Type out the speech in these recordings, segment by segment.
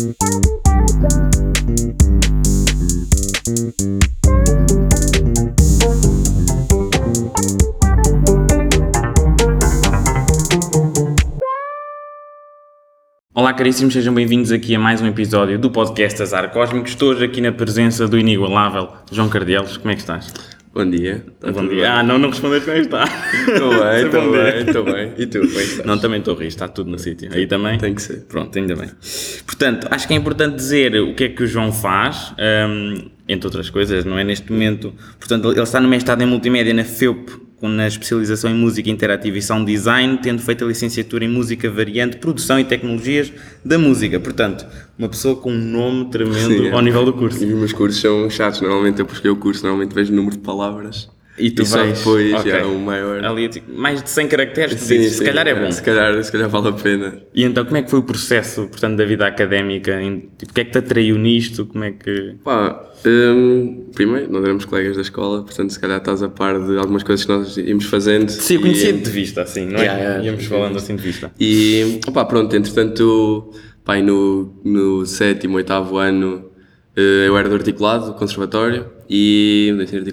Olá caríssimos, sejam bem-vindos aqui a mais um episódio do podcast Azar Cósmico. Estou hoje aqui na presença do inigualável João Cardielos. Como é que estás? Bom dia. Bom dia. Não respondeste como é que está. Estou bem. E tu, como é que estás? Não, também estou a rir, está tudo no sítio. Aí também? Tem que ser. Pronto, ainda bem. Portanto, acho que é importante dizer o que é que o João faz, entre outras coisas, não é? Neste momento, portanto, ele está no mestrado em multimédia na FEUP, na especialização em música interativa e sound design, tendo feito a licenciatura em música variante, produção e tecnologias da música. Portanto, uma pessoa com um nome tremendo ao nível do curso. E os meus cursos são chatos. Normalmente eu busquei o curso, normalmente vejo o número de palavras. E tu só vais, depois okay. Já o maior. Ali, mais de 100 caracteres, Sim, se calhar é bom. Se calhar vale a pena. E então, como é que foi o processo, portanto, da vida académica? O que é que te atraiu nisto? Como é que... Primeiro, nós éramos colegas da escola, portanto, se calhar estás a par de algumas coisas que nós íamos fazendo. Sim, eu conhecia-te de vista, assim, não é? Íamos falando assim de vista. E, pronto, entretanto, no 7º, 8º ano, eu era do articulado, do conservatório, e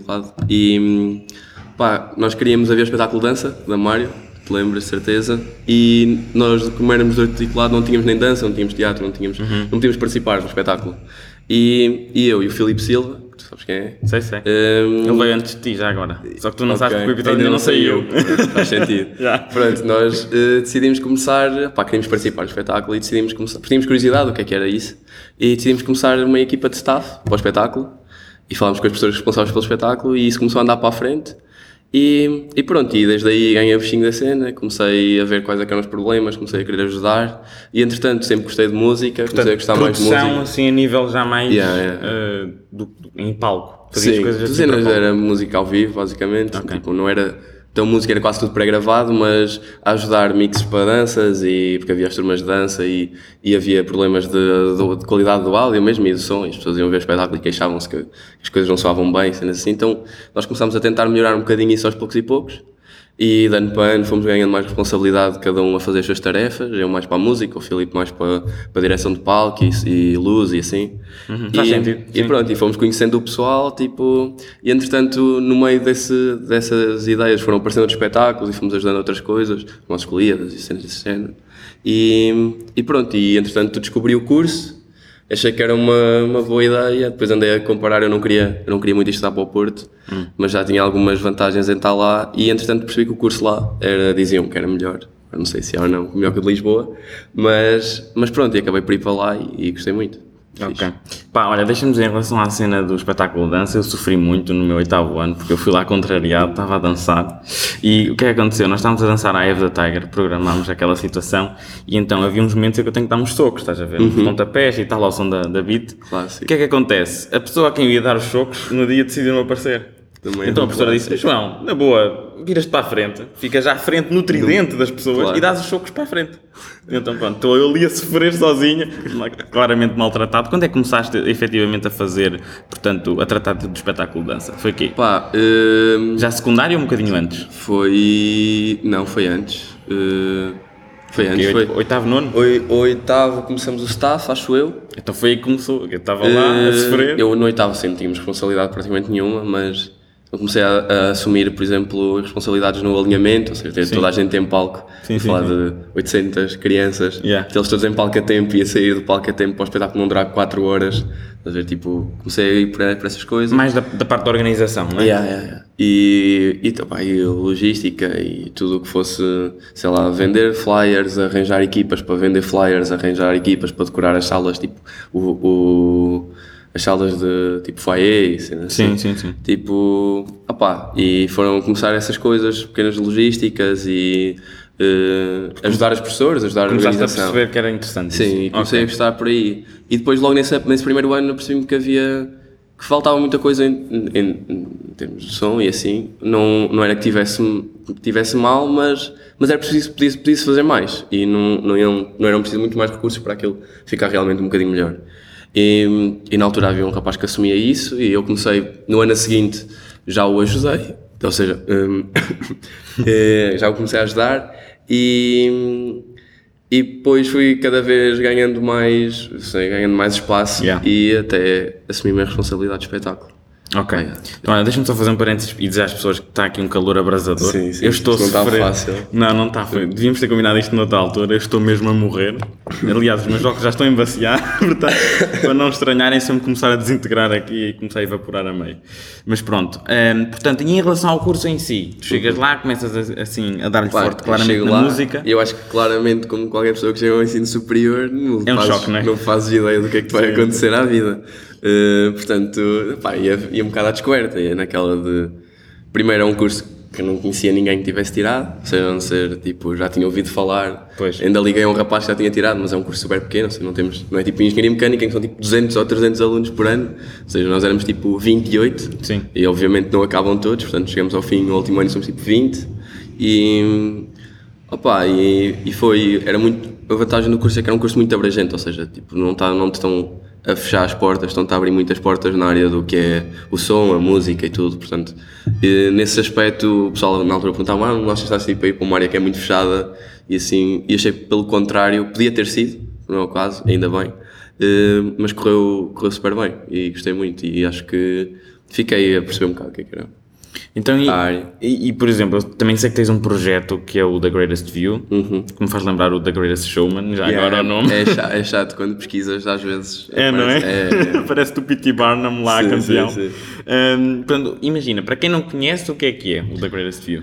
nós queríamos haver espetáculo de dança, da Mário, te lembras, de certeza, e nós, como éramos do articulado, não tínhamos nem dança, não tínhamos teatro, não podíamos participar no espetáculo. E eu e o Filipe Silva, tu sabes quem é? Sei. Ele veio antes de ti, já agora. Só que tu não sabes porque o episódio ainda não saiu. Faz sentido. Pronto, nós decidimos começar, queríamos participar no espetáculo e decidimos começar, porque tínhamos curiosidade do que era isso, e decidimos começar uma equipa de staff para o espetáculo, e falámos com as pessoas responsáveis pelo espetáculo, e isso começou a andar para a frente. E pronto, e desde aí ganhei o bichinho da cena, comecei a ver quais eram os problemas, comecei a querer ajudar, e entretanto sempre gostei de música, comecei a gostar mais de música. Produção assim a nível já mais em palco? Sim, dezenas era música ao vivo basicamente, tipo, não era... Então a música era quase tudo pré-gravado, mas a ajudar mixes para danças, e porque havia as turmas de dança e havia problemas de qualidade do áudio mesmo e do som, e as pessoas iam ver o espetáculo e queixavam-se que as coisas não soavam bem, sendo assim. Então nós começámos a tentar melhorar um bocadinho isso aos poucos e poucos, e de ano para ano fomos ganhando mais responsabilidade, cada um a fazer as suas tarefas, eu mais para a música, o Filipe mais para a direção de palco e luz e assim. Faz sentido. E pronto, e fomos conhecendo o pessoal, tipo, e entretanto no meio dessas ideias foram aparecendo outros espetáculos e fomos ajudando outras coisas, como as escolhidas e cenas desse género. E pronto, e entretanto descobri o curso, achei que era uma boa ideia, depois andei a comparar, eu não queria muito estudar para o Porto, mas já tinha algumas vantagens em estar lá, e entretanto percebi que o curso lá diziam que era melhor, eu não sei se é ou não, melhor que o de Lisboa, mas pronto, e acabei por ir para lá e gostei muito. Ok. Olha, deixa-me dizer, em relação à cena do espetáculo de dança, eu sofri muito no meu 8º ano, porque eu fui lá contrariado, estava a dançar, e o que é que aconteceu? Nós estávamos a dançar a Eve da Tiger, programámos aquela situação, e então havia uns momentos em que eu tenho que dar uns socos, estás a ver? Uns pontapés e tal, ao som da beat. Clássico. O que é que acontece? A pessoa a quem eu ia dar os socos, no dia decidiu não aparecer. Também então a professora disse, João, na boa, viras-te para a frente, ficas já à frente no tridente das pessoas e dás os socos para a frente. Então pronto, estou eu ali a sofrer sozinha, claramente maltratado. Quando é que começaste efetivamente a fazer, portanto, a tratar do espetáculo de dança? Foi o quê? Já secundário ou um bocadinho antes? Não, foi antes. Foi antes, foi 8º, 9º? 8º começamos o staff, acho eu. Então foi aí que começou, eu estava lá a sofrer. Eu no 8º sempre tínhamos responsabilidade praticamente nenhuma, mas eu comecei a assumir, por exemplo, responsabilidades no alinhamento, ou seja, toda a gente em palco, falar de 800 crianças, eles todos em palco a tempo, e a sair do palco a tempo para o espetáculo não durar 4 horas, a ver, tipo, comecei a ir para essas coisas. Mais da parte da organização, não é? E logística e tudo o que fosse, sei lá, vender flyers, arranjar equipas para vender flyers, arranjar equipas para decorar as salas, tipo, as salas de tipo foyer, assim. Sim. Tipo, e foram começar essas coisas, pequenas logísticas e ajudar as professores, ajudar a organização. Começaste a perceber que era interessante. Sim, comecei a gostar por aí. E depois logo nesse primeiro ano percebi-me que faltava muita coisa em termos de som e assim. Não era que tivesse mal, mas era preciso, podia-se fazer mais. E não eram preciso muito mais recursos para aquilo ficar realmente um bocadinho melhor. E na altura havia um rapaz que assumia isso, e eu comecei, no ano seguinte, já o ajudei, ou seja, já o comecei a ajudar, e E depois fui cada vez ganhando mais espaço e até assumi a minha responsabilidade de espetáculo. Ok. Então, olha, deixa-me só fazer um parênteses e dizer às pessoas que está aqui um calor abrasador. Sim, eu estou a sofrer. Não está fácil. Não está fácil. Devíamos ter combinado isto noutra altura. Eu estou mesmo a morrer. Aliás, os meus óculos já estão a embaciar. Portanto, para não estranharem, se eu me começar a desintegrar aqui e começar a evaporar a meio. Mas pronto. Portanto, e em relação ao curso em si, tu chegas lá, começas assim a dar-lhe forte claramente na música. Eu acho que claramente, como qualquer pessoa que chega ao ensino superior, choque, não é? Não fazes ideia do que é que vai acontecer à vida. Portanto, ia um bocado à descoberta, ia naquela de... Primeiro é um curso que eu não conhecia ninguém que tivesse tirado, ou seja, a não ser, tipo, já tinha ouvido falar, ainda liguei a um rapaz que já tinha tirado, mas é um curso super pequeno, ou seja, não é tipo engenharia mecânica em que são tipo 200 ou 300 alunos por ano, ou seja, nós éramos tipo 28, e obviamente não acabam todos, portanto chegamos ao fim, no último ano somos tipo 20, era muito, a vantagem do curso é que era um curso muito abrangente, ou seja, tipo, não te estão a fechar as portas, estão-te a abrir muitas portas na área do que é o som, a música e tudo, portanto, nesse aspecto o pessoal na altura perguntava, não achas que estás a ir para uma área que é muito fechada, e assim, e achei pelo contrário, podia ter sido, não é o caso, ainda bem, mas correu super bem e gostei muito e acho que fiquei a perceber um bocado o que é que era. Então, por exemplo, eu também sei que tens um projeto que é o The Greatest View, que me faz lembrar o The Greatest Showman, agora o nome. É chato quando pesquisas, às vezes. Não é? Parece-te o P.T. Barnum lá, campeão. Sim. Portanto, imagina, para quem não conhece, o que é o The Greatest View?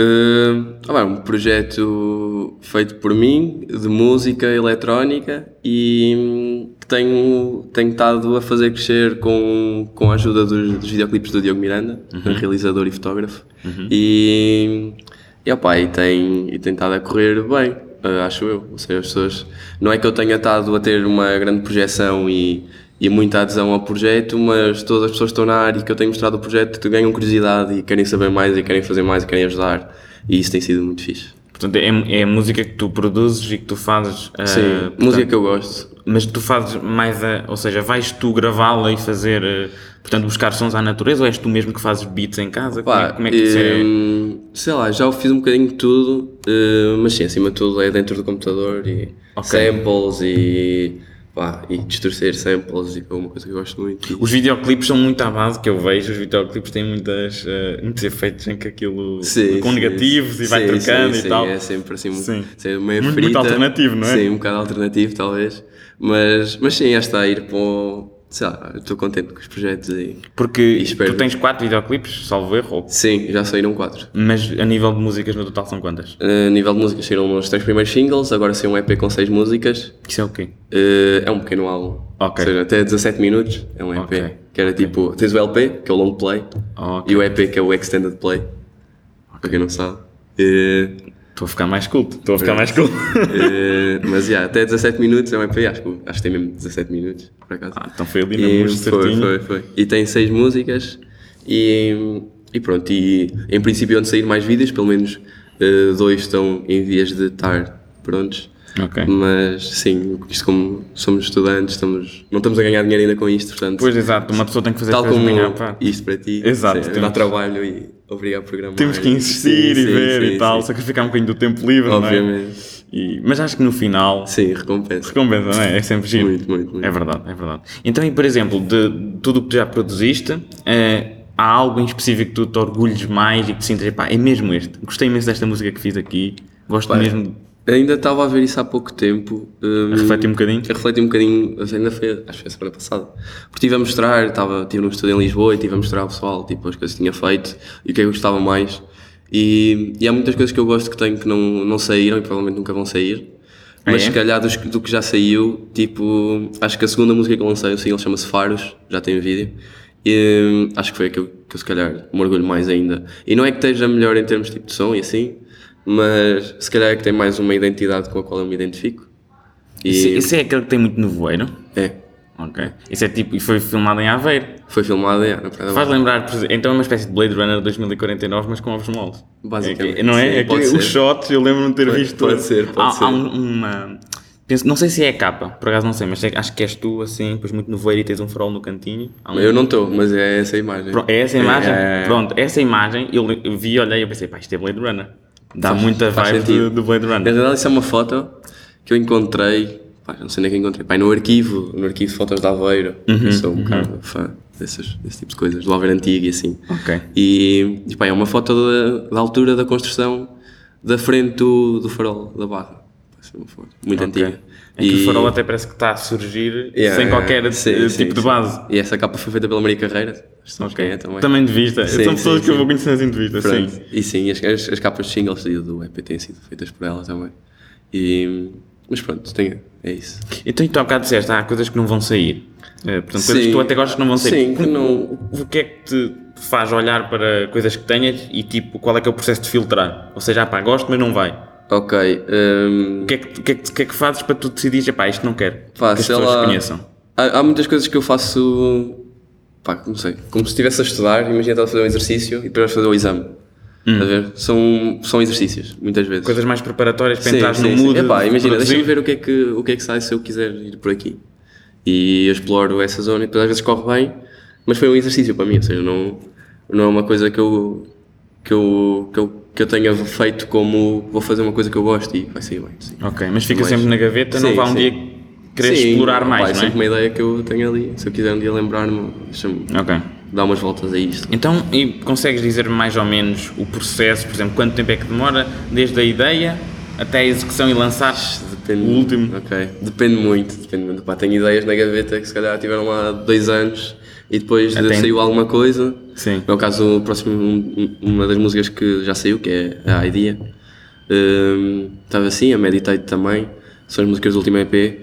Um projeto feito por mim, de música eletrónica e que tenho estado a fazer crescer com a ajuda dos videoclipes do Diogo Miranda, realizador e fotógrafo, e tem estado a correr bem, acho eu. Ou seja, as pessoas, não é que eu tenha estado a ter uma grande projeção e muita adesão ao projeto, mas todas as pessoas que estão na área e que eu tenho mostrado o projeto ganham curiosidade e querem saber mais e querem fazer mais e querem ajudar, e isso tem sido muito fixe. Portanto, é a música que tu produzes e que tu fazes... Sim, música que eu gosto. Mas tu fazes mais ou seja, vais tu gravá-la e fazer, portanto, buscar sons à natureza, ou és tu mesmo que fazes beats em casa? Como é que isso é? Sei lá, já fiz um bocadinho de tudo, mas sim, acima de tudo é dentro do computador e samples e distorcer samples e é uma coisa que eu gosto muito. Os videoclipes são muito à base, que eu vejo, os videoclipes têm muitos efeitos em que aquilo com negativos e vai trocando e tal. É sempre assim meio frita. Muito alternativo, não é? Sim, um bocado alternativo talvez, mas sim, está a ir para o... Sei lá, estou contente com os projetos Porque tu tens 4 videoclipes, salvo erro? Sim, já saíram 4. Mas a nível de músicas no total são quantas? A nível de músicas saíram os 3 primeiros singles, agora saiu um EP com 6 músicas. Isso é o quê? É um pequeno álbum. Ou seja, até 17 minutos é um EP. Que era tipo, tens o LP, que é o long play, e o EP, que é o extended play. Para quem não sabe. Estou a ficar mais culto. Mas até 17 minutos é um EP, acho que tem mesmo 17 minutos, por acaso. Então foi ali na música certinho. Foi. E tem 6 músicas e pronto, e em princípio onde sair mais vídeos, pelo menos 2 estão em vias de estar prontos. Mas sim, isto como somos estudantes, não estamos a ganhar dinheiro ainda com isto, portanto... Pois, exato, uma pessoa tem que fazer tal como isto para ti, dá trabalho e obrigar a programar. Temos que insistir e ver e tal, sacrificar um bocadinho do tempo livre, obviamente. Não é? Mas acho que no final... Sim, recompensa, não é? É sempre giro. Muito. É verdade. Então, e por exemplo, de tudo o que tu já produziste, há algo em específico que tu te orgulhes mais e que te sintas, é mesmo este, gostei imenso desta música que fiz aqui, gosto mesmo... Ainda estava a ver isso há pouco tempo. Refleti um bocadinho? Refleti um bocadinho, ainda foi, acho que foi a semana passada. Porque estive a mostrar, estive num estúdio em Lisboa e estive a mostrar ao pessoal tipo, as coisas que tinha feito e o que é que eu gostava mais. E há muitas coisas que eu gosto que tenho que não saíram e provavelmente nunca vão sair. Mas se calhar do que já saiu, tipo, acho que a segunda música que eu lancei, o single chama-se Faros, já tem vídeo. E acho que foi a que eu se calhar me orgulho mais ainda. E não é que esteja melhor em termos tipo, de som e assim, mas se calhar é que tem mais uma identidade com a qual eu me identifico. Isso é aquele que tem muito nevoeiro? É. Ok. Isso é tipo, e foi filmado em Aveiro? Foi filmado, na Praia. Faz lembrar, então é uma espécie de Blade Runner 2049, mas com ovos moles. Basicamente. Não é? Sim, os shots, eu lembro-me de ter visto. Pode ser. Há uma... Não sei se é a capa, por acaso não sei, mas acho que és tu assim, depois muito nevoeiro e tens um farol no cantinho. Eu não estou, mas é essa a imagem. É essa a imagem? Pronto, essa imagem, eu vi, olhei e pensei, isto é Blade Runner. Dá muita vibe do Blade Runner. Na verdade, isso é uma foto que eu encontrei, pá, não sei nem que encontrei, pá, no arquivo de fotos de Aveiro, eu sou um bocado fã desse tipo de coisas, do Aveiro Antigo e assim. Ok. E pá, é uma foto da altura da construção da frente do farol da Barra. É uma foto muito antiga. É que o farol até parece que está a surgir sem qualquer tipo de base. E essa capa foi feita pela Maria Carreira. Ok. Também de vista. São pessoas que eu vou conhecer assim de vista. Pronto. Sim. E sim, as capas de singles do EP têm sido feitas por ela também. Mas pronto, é isso. Então, há bocado disseste, há coisas que não vão sair. Portanto, coisas que tu até gostas que não vão sair. Sim, que não... O que é que te faz olhar para coisas que tenhas e tipo, qual é que é o processo de filtrar? Ou seja, pá, gosto, mas não vai. Ok. O que é que fazes para tu decidires, pá, isto não quero? Que as sei pessoas lá, conheçam. Há muitas coisas que eu faço, pá, não sei, como se estivesse a estudar. Imagina estar a fazer um exercício e depois vais fazer o exame. A ver? São exercícios, muitas vezes. Coisas mais preparatórias para entrar no mood. Epá, imagina, deixa-me ver o que é que sai se eu quiser ir por aqui. E eu exploro essa zona e depois às vezes corre bem, mas foi um exercício para mim, ou seja, não é uma coisa que eu tenha feito como vou fazer uma coisa que eu gosto e vai sair bem. Sim. Ok, mas fica sempre na gaveta, não vai um dia querer explorar mais, não é? É sempre uma ideia que eu tenho ali, se eu quiser um dia lembrar-me, deixa-me dar umas voltas a isto. Então, e consegues dizer mais ou menos o processo, por exemplo, quanto tempo é que demora desde a ideia até a execução e lançar o último? Ok, depende muito. Pá, tenho ideias na gaveta que se calhar tiveram lá 2 anos e depois saiu alguma coisa. Sim. No caso, uma das músicas que já saiu, que é a Idea, estava assim, a Meditate também, são as músicas do último EP.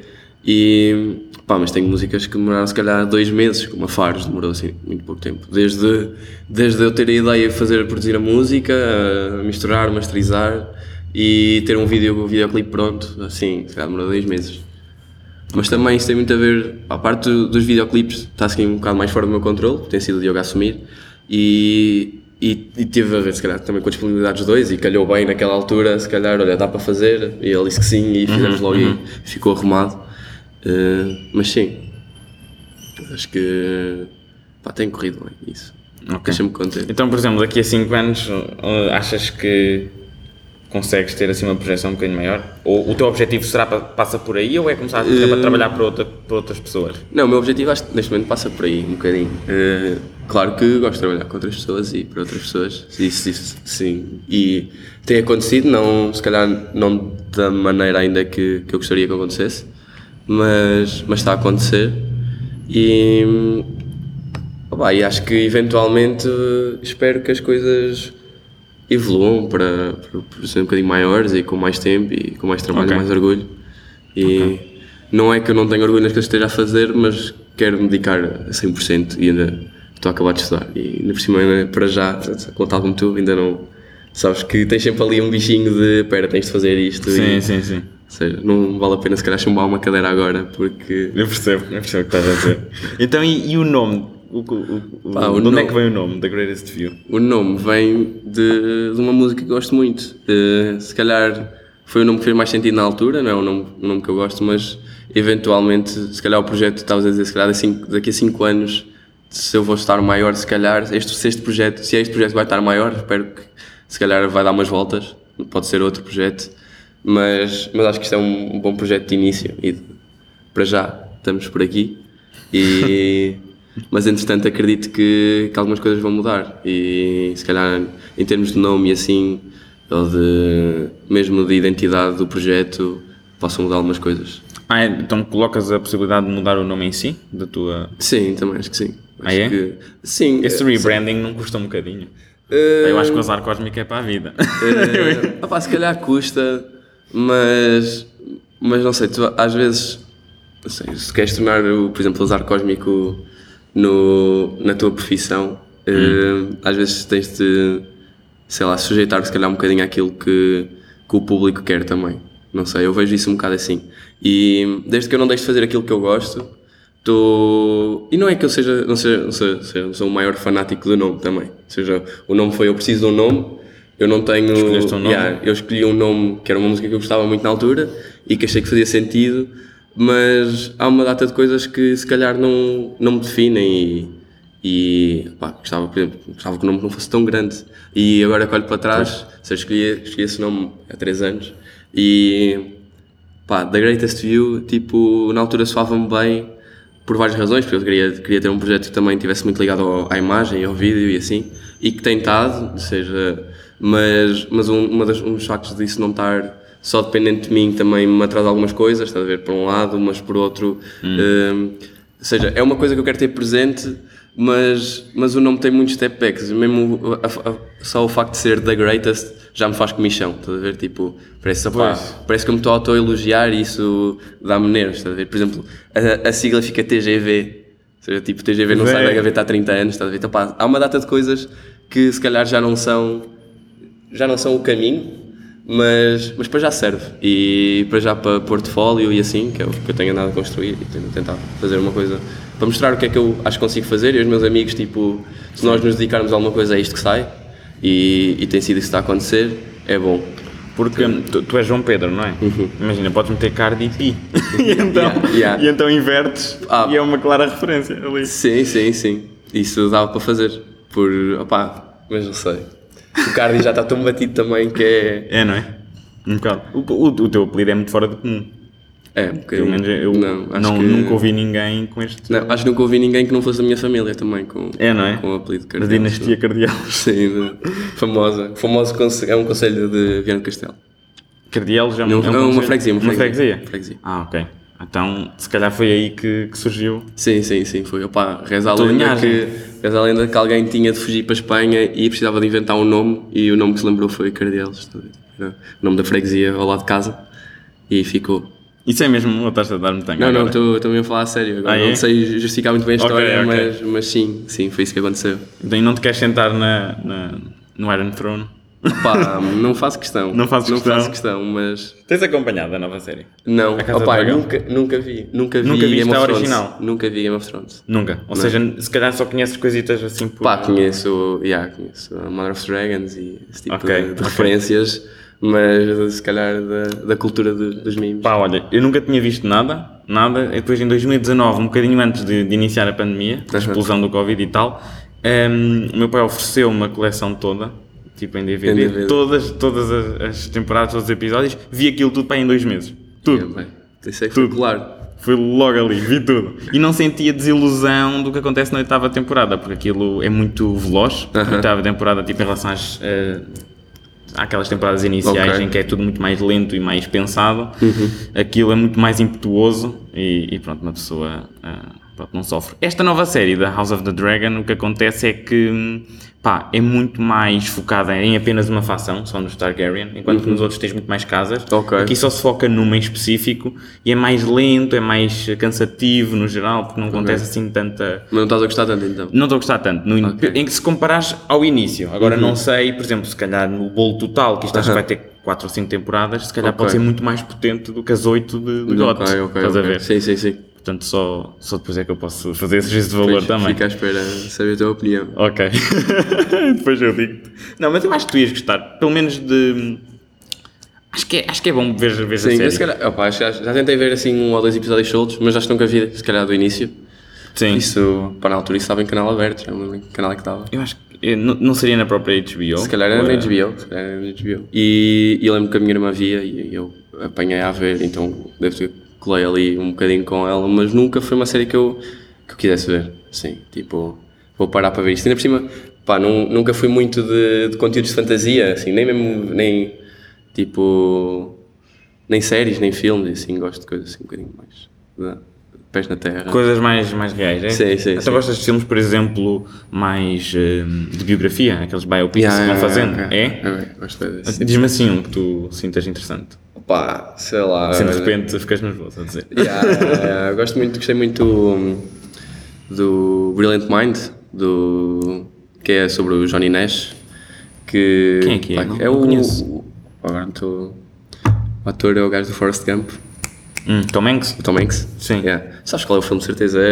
Mas tenho músicas que demoraram se calhar 2 meses, como a Faros demorou assim muito pouco tempo. Desde eu ter a ideia de produzir a música, a misturar, masterizar e ter um videoclipe pronto, assim, se calhar demorou 2 meses. Mas também isso tem muito a ver, a parte dos videoclipes está assim um bocado mais fora do meu controle, tem sido o Diogo a assumir e teve a ver se calhar também com a disponibilidade dos dois e calhou bem naquela altura, se calhar, olha, dá para fazer, e ele disse que sim e fizemos logo e ficou arrumado. Mas sim, acho que tem corrido bem isso. Deixa-me contente. Então, por exemplo, daqui a 5 anos achas que consegues ter assim uma projeção um bocadinho maior? Ou o teu objetivo passa por aí ou é começar por exemplo, a trabalhar para outras pessoas? Não, o meu objetivo acho que neste momento passa por aí um bocadinho. Claro que gosto de trabalhar com outras pessoas e para outras pessoas, isso sim. E tem acontecido, se calhar não da maneira ainda que eu gostaria que acontecesse, mas está a acontecer e acho que eventualmente espero que as coisas evoluam para ser um bocadinho maiores e com mais tempo e com mais trabalho e mais orgulho. Não é que eu não tenho orgulho nas coisas que esteja a fazer, mas quero me dedicar a 100% e ainda estou a acabar de estudar. E ainda por cima, para já, contado como tu, ainda não... Sabes que tens sempre ali um bichinho de espera, tens de fazer isto. Sim. Ou seja, não vale a pena se calhar chumbar uma cadeira agora, porque... Eu percebo o que estás a dizer. Então, e o nome? De onde é que vem o nome, The Greatest View? O nome vem de uma música que gosto muito. Se calhar foi o nome que fez mais sentido na altura, não é um nome que eu gosto, mas eventualmente, se calhar o projeto, estavas a dizer, se calhar daqui a 5 anos, se eu vou estar maior, se calhar, se este projeto vai estar maior, espero que se calhar vai dar umas voltas, pode ser outro projeto, mas acho que isto é um bom projeto de início e para já estamos por aqui. Mas entretanto acredito que algumas coisas vão mudar e se calhar em termos de nome e assim, ou mesmo de identidade do projeto, possam mudar algumas coisas. Então colocas a possibilidade de mudar o nome em si? Da tua... Sim, também acho que sim. É? Que, sim. Esse rebranding não custa um bocadinho? Eu acho que o Azar Cósmico é para a vida. Se calhar custa, mas não sei, tu às vezes, não sei, se queres tornar, por exemplo, o Azar Cósmico na tua profissão, às vezes tens de, sei lá, sujeitar se calhar um bocadinho àquilo que o público quer também. Não sei, eu vejo isso um bocado assim. E desde que eu não deixo de fazer aquilo que eu gosto, e não é que eu não sou o maior fanático do nome também. Ou seja, o nome foi, eu preciso de um nome, eu não tenho... Escolheste um nome? Eu escolhi um nome que era uma música que eu gostava muito na altura e que achei que fazia sentido, mas há uma data de coisas que se calhar não me definem gostava, por exemplo, que o nome não fosse tão grande. E agora que olho para trás, se eu escolhi esse nome há 3 anos e pá, The Greatest View, tipo, na altura soava-me bem por várias razões, porque eu queria ter um projeto que também estivesse muito ligado à imagem, ao vídeo e assim, e que tem estado, ou seja, mas um dos factos disso não estar só dependente de mim também me atrasa algumas coisas, estás a ver, por um lado, mas por outro, ou seja, é uma coisa que eu quero ter presente, mas o nome tem muitos step backs, mesmo só o facto de ser The Greatest já me faz comichão, estás a ver, tipo, parece que eu me estou a auto-elogiar e isso dá-me nervos, estás a ver, por exemplo, a sigla fica TGV, ou seja, tipo, TGV não sai da gaveta há 30 anos, estás a ver, então pá, há uma data de coisas que se calhar já não são o caminho, mas depois já serve, e depois já para portfólio e assim, que é o que eu tenho andado a construir e tenho tentado fazer uma coisa para mostrar o que é que eu acho que consigo fazer, e os meus amigos, tipo, se nós nos dedicarmos a alguma coisa é isto que sai, e tem sido isso que está a acontecer, é bom. Porque tu és João Pedro, não é? Imagina, podes meter Cardi B e então invertes e é uma clara referência ali. Sim, isso dava para fazer, mas não sei. O Cardi já está tão batido também que é... É, não é? Um bocado. O teu apelido é muito fora do comum. É, um bocadinho. Pelo menos eu nunca ouvi ninguém com este... Não, acho que nunca ouvi ninguém que não fosse da minha família também com, não é? Com o apelido Cardeal. Da dinastia Cardeal. Sim, famoso é um conselho de Viana do Castelo. Cardeal já é uma freguesia. Uma freguesia? Ah, ok. Então, se calhar foi aí que surgiu. Sim, foi. Reza a lenda que alguém tinha de fugir para a Espanha e precisava de inventar um nome, e o nome que se lembrou foi Cardeal, o nome da freguesia ao lado de casa, e ficou. Isso é mesmo, ou estás a dar-me tanga? Não, estou mesmo a falar a sério. Agora não sei justificar muito bem a história, okay. Mas sim, foi isso que aconteceu. Então, e não te queres sentar no Iron Throne? Não faço questão. Não faço questão, mas... Tens acompanhado a nova série? Não, nunca vi. Nunca vi Game of Thrones. Nunca vi Game of Thrones. Nunca? Ou seja, se calhar só conheces coisitas assim por... Conheço a Mother of Dragons e esse tipo de referências, mas se calhar da cultura dos memes. Olha, eu nunca tinha visto nada, e depois em 2019, um bocadinho antes de iniciar a pandemia, a explosão do Covid e tal, o meu pai ofereceu uma coleção toda, tipo em DVD. Todas as temporadas, todos os episódios, vi aquilo tudo para em 2 meses. Tudo. Isso é que foi claro. Foi logo ali, vi tudo. E não sentia desilusão do que acontece na 8ª temporada, porque aquilo é muito veloz. A 8ª temporada, tipo, em relação àquelas temporadas iniciais em que é tudo muito mais lento e mais pensado, aquilo é muito mais impetuoso e pronto, uma pessoa não sofre. Esta nova série da House of the Dragon, o que acontece é que é muito mais focada em apenas uma facção, só nos Targaryen, enquanto que nos outros tens muito mais casas. Aqui só se foca numa em específico e é mais lento, é mais cansativo no geral, porque não acontece assim tanta... Mas não estás a gostar tanto então? Não estou a gostar tanto, em que se comparares ao início. Agora não sei, por exemplo, se calhar no bolo total, que isto acho que vai ter 4 ou 5 temporadas, se calhar pode ser muito mais potente do que as 8 de GOT. Estás a ver? Sim. Portanto, só depois é que eu posso fazer esse juízo de valor também. Fica à espera de saber a tua opinião. Ok. Depois eu digo-te. Não, mas eu acho que tu ias gostar. Pelo menos de... Acho que é bom ver a série. Se calhar, já tentei ver assim 1 ou 2 episódios soltos, mas acho que nunca vi, se calhar, do início. Sim. Isso, na altura, isso estava em canal aberto. Já me lembro em que canal é que estava. Eu acho que não seria na própria HBO. Se calhar era na HBO. E eu lembro que a minha irmã via e eu apanhei a ver, então devo ter... colei ali um bocadinho com ela, mas nunca foi uma série que eu quisesse ver, sim, tipo, vou parar para ver isto. Ainda por cima, nunca fui muito de conteúdos de fantasia, assim, nem séries, nem filmes, assim, gosto de coisas assim um bocadinho mais, pés na terra. Coisas mais reais, é? Sim. Então gostas de filmes, por exemplo, mais de biografia, aqueles biopics que vão fazendo, é? Gosto de Diz-me assim um que tu sintas interessante. Sei lá. Assim de repente ficas nervoso a dizer. Gostei muito do Brilliant Mind, que é sobre o Johnny Nash. Quem é que é? Não conheço. Agora não estou... O ator é o gajo do Forrest Gump. Tom Hanks? Tom Hanks? Sim. Sabes qual é o filme, de certeza?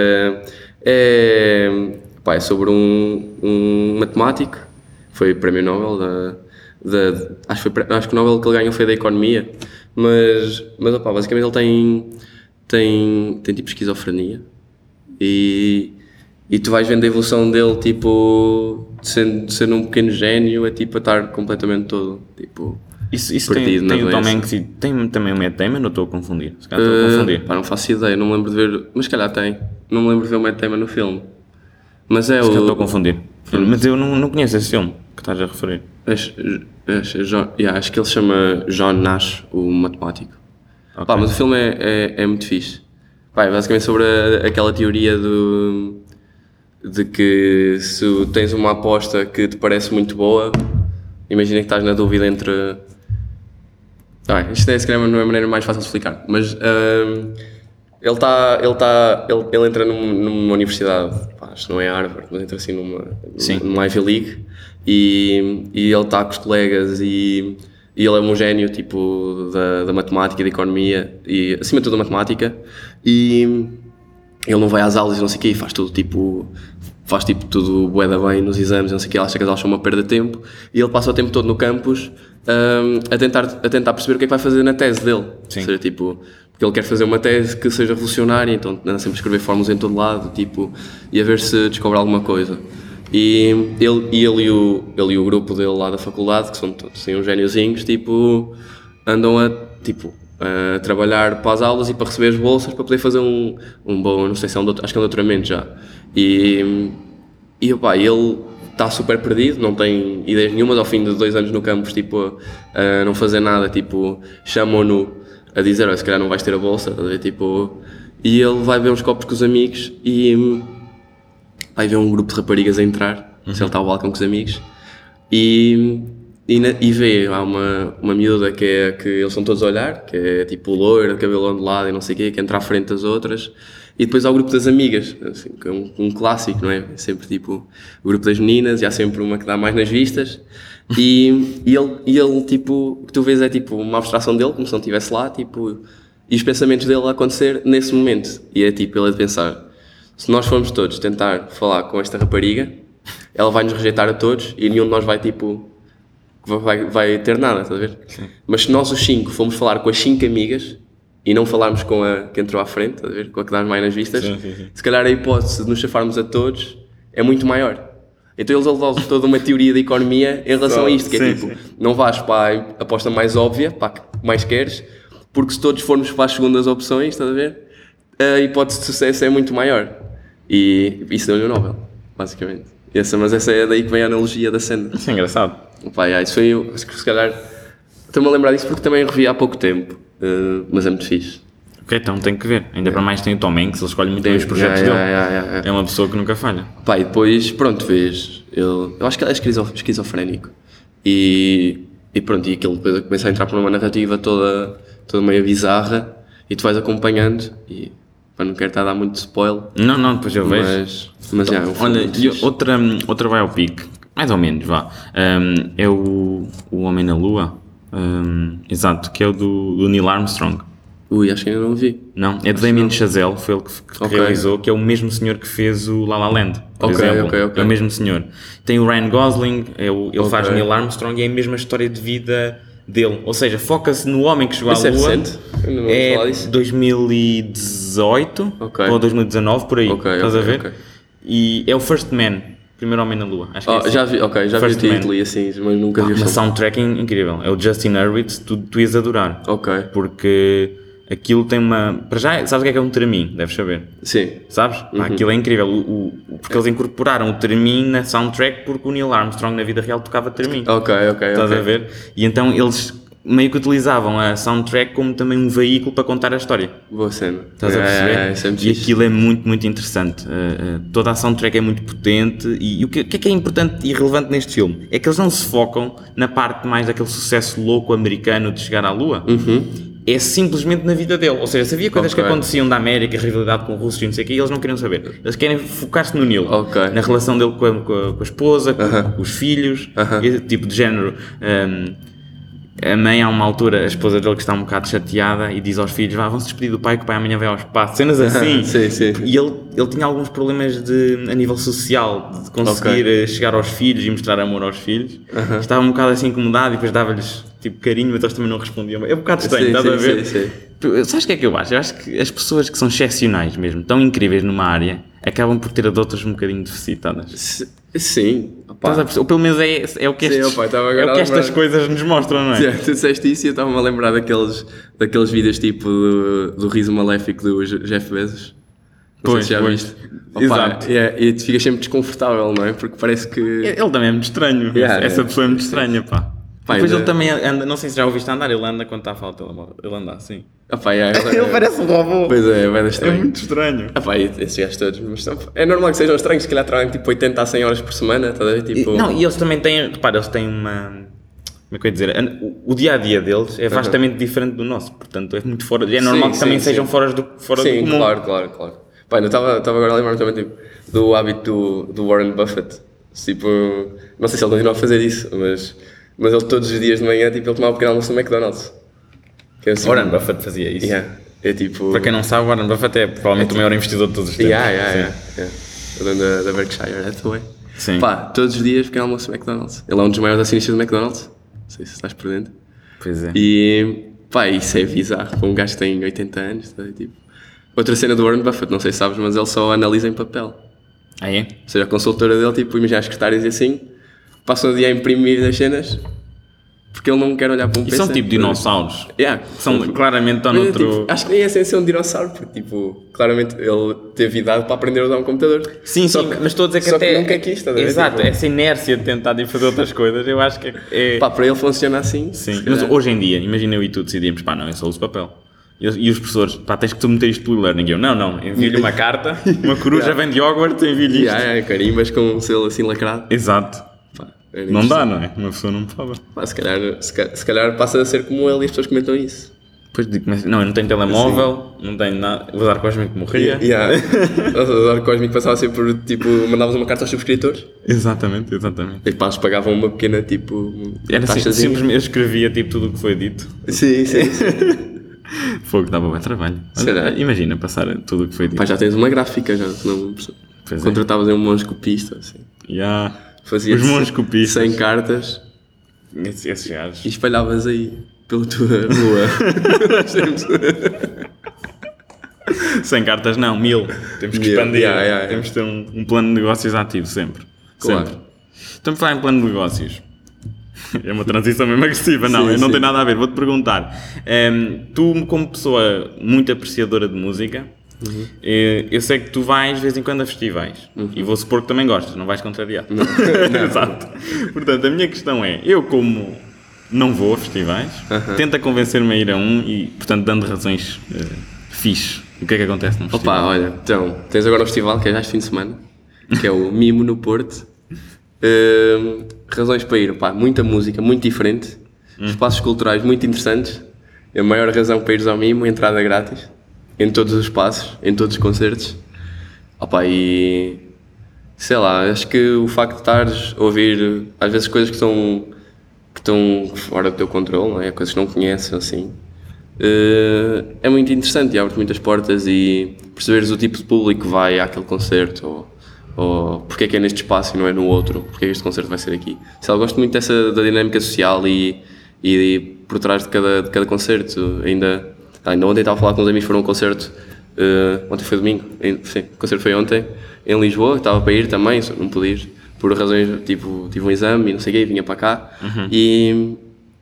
É sobre um matemático. Foi prémio Nobel acho que o Nobel que ele ganhou foi da economia. Mas basicamente ele tem tipo esquizofrenia e tu vais vendo a evolução dele, tipo, de ser um pequeno gênio a tipo a estar completamente todo, tipo, Isso perdido tem na o Tom doença. Hanks e tem também o Matt Damon, ou estou a confundir? Se calhar estou a confundir. Pá, não faço ideia, não me lembro de ver, mas se calhar tem. Não me lembro de ver o Matt Damon no filme. Mas é Se calhar estou a o. confundir. Mas eu não conheço esse filme que estás a referir. Acho que ele se chama John Nash, o matemático. Ok. Pá, mas o filme é muito fixe. Pá, é basicamente sobre aquela teoria de que se tens uma aposta que te parece muito boa, imagina que estás na dúvida entre. Isto se calhar não é a maneira mais fácil de explicar, mas ele entra numa universidade, pá, acho que não é Harvard, mas entra assim numa Ivy League e ele está com os colegas e ele é um gênio tipo da matemática e da economia e acima de tudo da matemática e ele não vai às aulas e não sei o quê, faz tudo bué da bem nos exames, não sei o quê, ele acha que as aulas são uma perda de tempo e ele passa o tempo todo no campus a tentar perceber o que é que vai fazer na tese dele. Sim. Ou seja, tipo, porque ele quer fazer uma tese que seja revolucionária, então anda sempre a escrever fórmulas em todo lado, tipo, e a ver se descobre alguma coisa. E ele e o grupo dele lá da faculdade, que são todos assim, uns gêniozinhos, tipo, andam a trabalhar para as aulas e para receber as bolsas para poder fazer um bom, não sei se é acho que é um doutoramento já. E opá, ele está super perdido, não tem ideias nenhumas, ao fim de 2 anos no campus, tipo, a não fazer nada, tipo, chamam-no a dizer, se calhar não vais ter a bolsa, tipo, e ele vai ver uns copos com os amigos e vai ver um grupo de raparigas a entrar, se ele está ao balcão com os amigos, e vê há uma miúda que eles são todos a olhar, que é tipo loira, cabelo ondulado e não sei o quê, que entra à frente das outras, e depois há o grupo das amigas, assim, que é um clássico, não é? É sempre tipo o grupo das meninas, e há sempre uma que dá mais nas vistas, e ele tipo, o que tu vês é tipo uma abstração dele, como se não estivesse lá, tipo, e os pensamentos dele a acontecer nesse momento, e é tipo, ele a pensar, se nós formos todos tentar falar com esta rapariga, ela vai nos rejeitar a todos, e nenhum de nós vai tipo, vai ter nada, estás a ver? Sim. Mas se nós os 5 formos falar com as 5 amigas, e não falarmos com a que entrou à frente, estás a ver? Com a que dá mais nas vistas, Sim. se calhar a hipótese de nos chafarmos a todos é muito maior. Então eles levam toda uma teoria da economia em relação a isto, que é tipo, não vais para a aposta mais óbvia, para a que mais queres, porque se todos formos para as segundas opções, estás a ver? A hipótese de sucesso é muito maior. E isso deu-lhe o Nobel, basicamente. Mas essa é daí que vem a analogia da cena. Isso é engraçado. Pá, isso foi, acho que se calhar, estou-me a lembrar disso porque também revi há pouco tempo, mas é muito fixe. Ok, então tem que ver. Ainda para mais tem o Tom Hanks, ele escolhe muito bem os projetos dele. É uma pessoa que nunca falha. Pá, e depois, pronto, vês, eu acho que ele é esquizofrénico. E pronto, e aquilo depois começa a entrar por uma narrativa toda meio bizarra e tu vais acompanhando e para não quero estar a dar muito spoiler. Não, depois eu vejo. Mas é um filme Olha, muito e fixe. outra biopic, mais ou menos, vá. É o Homem na Lua. Exato, que é o do Neil Armstrong. Ui, acho que ainda não vi. Não, é de Damien Chazelle, foi ele que Ok. realizou, que é o mesmo senhor que fez o La La Land, por Ok, exemplo. ok. É o mesmo senhor. Tem o Ryan Gosling, ele faz Ok. Neil Armstrong e é a mesma história de vida dele. Ou seja, foca-se no homem que chegou Isso à é Lua. recente? Eu não ouvi falar É disso. 2018 Ok. ou 2019, por aí. Ok, Estás a ver? ok. E é o First Man, primeiro homem na Lua. Acho que é assim. Já vi o First título Man. e assim, mas nunca vi o Uma filme. soundtrack incrível. É o Justin Hurwitz, tu ias adorar. Ok, Porque aquilo tem uma... Para já, sabes o que é um Theremin? Deves saber. sim. Sabes? Pá, aquilo é incrível. Porque eles incorporaram o Theremin na soundtrack porque o Neil Armstrong na vida real tocava Theremin. Ok. Estás a ver? E então eles meio que utilizavam a soundtrack como também um veículo para contar a história. Boa cena. Estás a perceber? Isso é muito E fixe. aquilo é muito, muito interessante. Toda a soundtrack é muito potente. E o que é importante e relevante neste filme? É que eles não se focam na parte mais daquele sucesso louco americano de chegar à Lua. É simplesmente na vida dele. Ou seja, se havia coisas que Ok. aconteciam da América, rivalidade com russos e não sei o quê, eles não queriam saber. Eles querem focar-se no Neil. Ok. Na relação dele com a esposa, com os filhos, esse tipo de género. A mãe, a uma altura, a esposa dele que está um bocado chateada e diz aos filhos, vão-se despedir do pai, que o pai amanhã vai ao espaço. Cenas assim. Sim. E ele tinha alguns problemas a nível social, de conseguir chegar aos filhos e mostrar amor aos filhos. Estava um bocado assim incomodado e depois dava-lhes tipo carinho, mas eles também não respondiam. É um bocado estranho, estás a ver? Sim. Sabes o que é que eu acho? Eu acho que as pessoas que são excepcionais mesmo, tão incríveis numa área, acabam por ter adotas um bocadinho deficitadas. Sim, opá. Estás a perceber? Ou pelo menos é o que, Sim, opa, estava agora é o que a estas lembrar. coisas nos mostram, não é? Yeah, tu disseste isso e eu estava-me a lembrar daqueles vídeos tipo do riso maléfico do Jeff Bezos. Não sei se já viste. Opa, Exato. e tu ficas sempre desconfortável, não é? Porque parece que... Ele também é muito estranho. Yeah, Essa pessoa é muito estranha, pá. Pá, Depois ainda- ele também anda, não sei se já ouviste andar, ele anda quando está a falar o telemóvel. Ele anda assim. Opa, yeah, Ele parece um robô. Pois é, vai dar É estranho. muito estranho. Opa, e esses gajos todos, mas é normal que sejam estranhos, se calhar trabalham tipo 80 a 100 horas por semana, estás a ver? Tipo... Não, e eles também têm, repara, eles têm uma... Como é que eu ia dizer? O dia-a-dia deles é vastamente diferente do nosso, portanto é muito fora... É normal Sim, que também sim, sejam sim. fora do Sim, comum. claro. Pá, ainda estava agora a lembrar também tipo, do hábito do Warren Buffett. Tipo, não sei se ele continua a fazer isso, mas ele todos os dias de manhã tipo, ele tomava um pequeno almoço no McDonald's. Que é assim, Warren Buffett fazia isso. Yeah, é tipo... Para quem não sabe, Warren Buffett é provavelmente o maior investidor de todos os tempos. Yeah. O dono da Berkshire Hathaway. Sim. Pá, todos os dias pequeno almoço no McDonald's. Ele é um dos maiores acionistas do McDonald's. Não sei se estás por dentro. Pois é. E pá, isso é bizarro para um gajo que tem 80 anos. Tá? Tipo. Outra cena do Warren Buffett, não sei se sabes, mas ele só analisa em papel. Ah, é? Ou seja, a consultora dele, tipo, imagina as secretárias e assim, passam o dia a imprimir as cenas porque ele não quer olhar para um E PC. são tipo dinossauros. Yeah. São claramente estão Mas, noutro... tipo, acho que nem é sem ser um dinossauro, porque tipo, claramente ele teve idade para aprender a usar um computador. Sim, Só sim, que- mas estou a dizer que só até... que nunca quis, estás a ver? Exato, Tipo, essa inércia de tentar de fazer outras coisas, eu acho que é... pá, para ele funciona assim. Sim, se mas calhar. hoje em dia, imagina eu e tu decidimos, pá, não, eu só uso papel. E os professores, pá, tens que submeter isto pelo e-learning. Eu, não, envio-lhe uma carta, uma coruja vem de Hogwarts, envio-lhe isto. Carimbas com um selo assim lacrado. Exato. Pá, era Não dá, interessante. não é? Uma pessoa não pode. Pá, se calhar passa a ser como ele e as pessoas comentam isso. Depois digo, mas, não, eu não tenho telemóvel, não tenho nada, vou dar cósmico que morria. O Dar Cósmico passava sempre por, tipo, mandavas uma carta aos subscritores Exatamente. e pá, eles pagavam uma pequena, tipo, Era assim, taxazinha. simplesmente eu escrevia tipo tudo o que foi dito. Sim. Fogo, dava bem trabalho. Será? Imagina passar tudo o que foi dito. Pá, já tens uma gráfica, já. Não, Pois é. contratavas um monge copista, assim. Yeah. Fazia Os monges copistas. 100 cartas Esses gajos. e espalhavas aí pela tua rua. Nós temos- 100 cartas não, 1000. Temos que 1000, expandir. yeah. Temos que ter um plano de negócios ativo sempre. Claro. Sempre. Então, para falar em plano de negócios. É uma transição mesmo agressiva, não, Sim, não sim. tem nada a ver. Vou-te perguntar. Tu, como pessoa muito apreciadora de música, eu sei que tu vais de vez em quando a festivais. E vou supor que também gostas, não vais contrariar. Exato. Portanto, a minha questão é: eu, como não vou a festivais, tenta convencer-me a ir a um e, portanto, dando razões fixe. O que é que acontece num festival? Opa, olha, então, tens agora um festival que é já este fim de semana, que é o Mimo no Porto. Razões para ir, pá, muita música, muito diferente, espaços culturais muito interessantes. A maior razão para ires ao Mimo, entrada grátis, em todos os espaços, em todos os concertos. Opa, e sei lá, acho que o facto de estares a ouvir às vezes coisas que estão fora do teu controle, não é? Coisas que não conheces, assim, é muito interessante e abre-te muitas portas e perceberes o tipo de público que vai àquele concerto ou porque é que é neste espaço e não é no outro, porque é que este concerto vai ser aqui. Sei lá, eu gosto muito da dinâmica social e por trás de cada concerto. Ainda ontem estava a falar com uns amigos que foram a um concerto, ontem foi domingo, sim, o concerto foi ontem, em Lisboa, estava para ir também, só não pude ir, por razões, tipo, tive um exame e não sei o quê, vinha para cá, e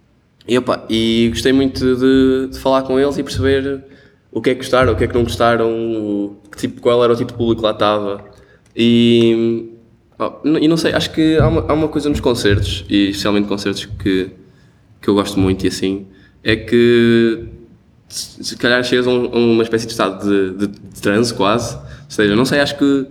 gostei muito de falar com eles e perceber o que é que gostaram, o que é que não gostaram, qual era o tipo de público que lá estava. E não sei, acho que há uma coisa nos concertos, e especialmente concertos que eu gosto muito e assim, é que se calhar chegas a uma espécie de estado de transe quase, ou seja, não sei, acho que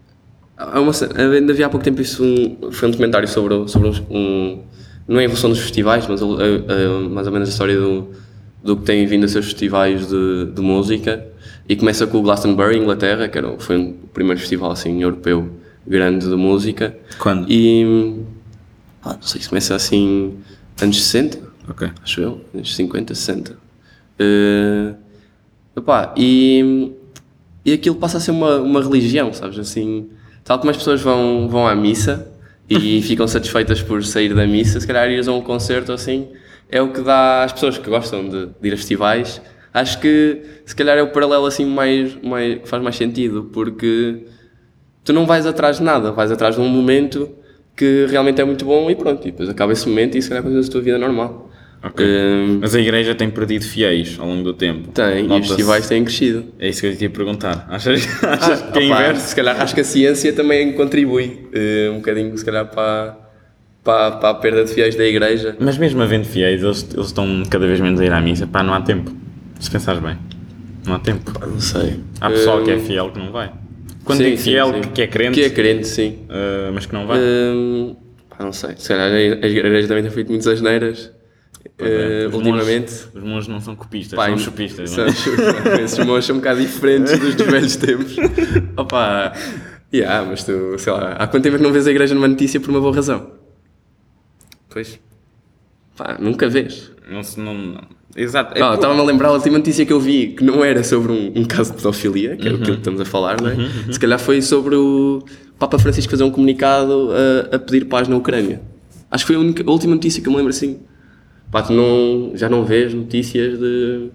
ainda havia há pouco tempo foi um documentário sobre não é a evolução dos festivais, mas mais ou menos a história do que tem vindo a ser os festivais de música, e começa com o Glastonbury, Inglaterra, que foi o primeiro festival assim europeu grande de música. Quando? E não sei se começa assim anos 60, Ok. acho eu, anos 50, 60. E aquilo passa a ser uma religião, sabes, assim, tal como as pessoas vão à missa e ficam satisfeitas por sair da missa, se calhar ires a um concerto assim, é o que dá às pessoas que gostam de ir a festivais. Acho que se calhar é o paralelo assim que faz mais sentido, porque tu não vais atrás de nada, vais atrás de um momento que realmente é muito bom e pronto, e depois acaba esse momento e se calhar continuas a tua vida normal. Ok. Mas a igreja tem perdido fiéis ao longo do tempo. Tem, e os festivais têm crescido. É isso que eu te ia perguntar. Achas que é inverso? Se calhar acho que a ciência também contribui um bocadinho, se calhar, para a perda de fiéis da igreja. Mas mesmo havendo fiéis, eles estão cada vez menos a ir à missa. Pá, não há tempo. Se pensares bem. Não há tempo. Pá, não sei. Há pessoal que é fiel que não vai. Quando digo fiel, sim. Que é crente. Que é crente, sim. Mas que não vai. Pá, não sei. Se calhar a igreja também tem feito muitas asneiras. Ultimamente. Os monges não são copistas, Pá, são chupistas. Esses monges são um bocado diferentes dos velhos tempos. Opa, mas tu, sei lá, há quanto tempo é que não vês a igreja numa notícia por uma boa razão? Pois. Pá, nunca vês. Não. Exato. Estava-me a lembrar a última notícia que eu vi, que não era sobre um caso de pedofilia, que é aquilo que estamos a falar, não é? Se calhar foi sobre o Papa Francisco fazer um comunicado a pedir paz na Ucrânia. Acho que foi a última notícia que eu me lembro assim. Pá, tu já não vês notícias de...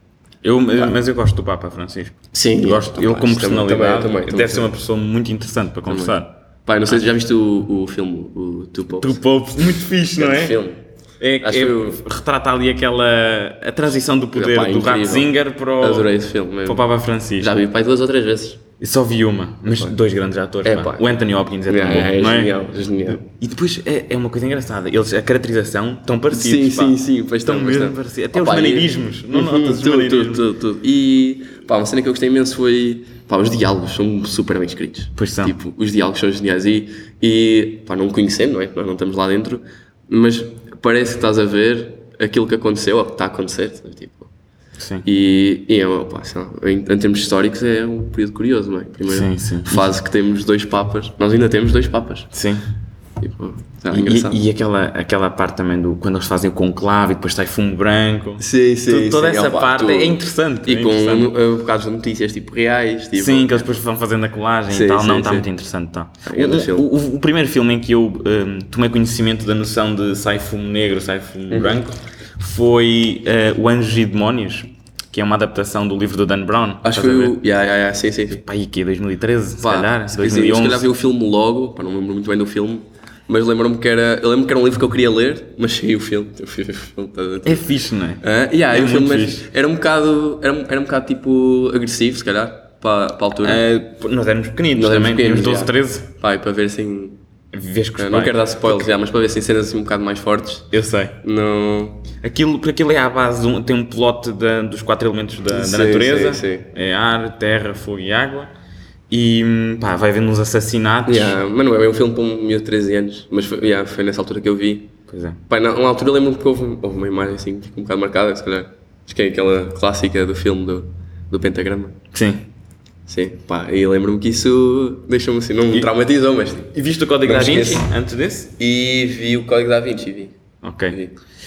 Mas eu gosto do Papa Francisco. Sim. Gosto. Ele como personalidade também, deve ser uma pessoa muito interessante para conversar. Pá, não sei se já viste o filme, o Two Popes. Two Popes, muito fixe, não é? Filme. Retrata ali a transição do poder do Ratzinger Adorei esse filme mesmo. para o Papa Francisco. Já vi, pai, 2 ou 3 vezes. Eu só vi uma, mas 2 grandes atores. O Anthony Hopkins é tão bom, não é? Genial. E depois é uma coisa engraçada, a caracterização estão parecidos. Sim, pois estão mesmo parecidos. Até os maneirismos, não notas os maneirismos? Tudo. E uma cena que eu gostei imenso foi... os diálogos são super bem escritos. Pois são. Tipo, os diálogos são geniais e não conhecendo, não é? Nós não estamos lá dentro, mas parece que estás a ver aquilo que aconteceu ou que está a acontecer, tipo... Sim. E em termos históricos é um período curioso, não é? Primeira fase que temos 2 papas. Nós ainda temos 2 papas. Sim. Tipo, é engraçado. E aquela parte também quando eles fazem o conclave e depois sai fumo branco. Sim. Toda essa parte é interessante. E com bocados de notícias tipo reais. Tipo, sim, que eles depois vão fazendo a colagem e tal. Está muito interessante. Tá. O primeiro filme em que eu tomei conhecimento da noção de sai fumo negro, sai fumo branco foi O Anjos e Demónios, que é uma adaptação do livro do Dan Brown. Acho que foi o... sim. Pá, e que é 2013, se calhar, 2011. Se calhar vi o filme logo, não me lembro muito bem do filme, mas lembro-me que era um livro que eu queria ler, mas cheguei o filme. É fixe, não é? O filme era um bocado tipo agressivo, se calhar, para a altura. Nós éramos pequeninos também, tínhamos 12, 13. Pá, para ver assim... Vês com os não quero dar spoilers, mas para ver assim, cenas assim um bocado mais fortes. Eu sei. Não... Porque aquilo é à base, tem um plot dos 4 elementos da natureza. Sim. É ar, terra, fogo e água. E vai havendo uns assassinatos. Mas não é um filme para um miúdo de 13 anos, mas foi nessa altura que eu vi. Pois é. Pá, na altura eu lembro-me que houve uma imagem assim, um bocado marcada, se calhar. Acho que é aquela clássica do filme do pentagrama. Sim. Sim, e lembro-me que isso deixou-me assim, não me traumatizou, mas... E viste o Código da Vinci antes desse? E vi o Código da Vinci, vi. Ok.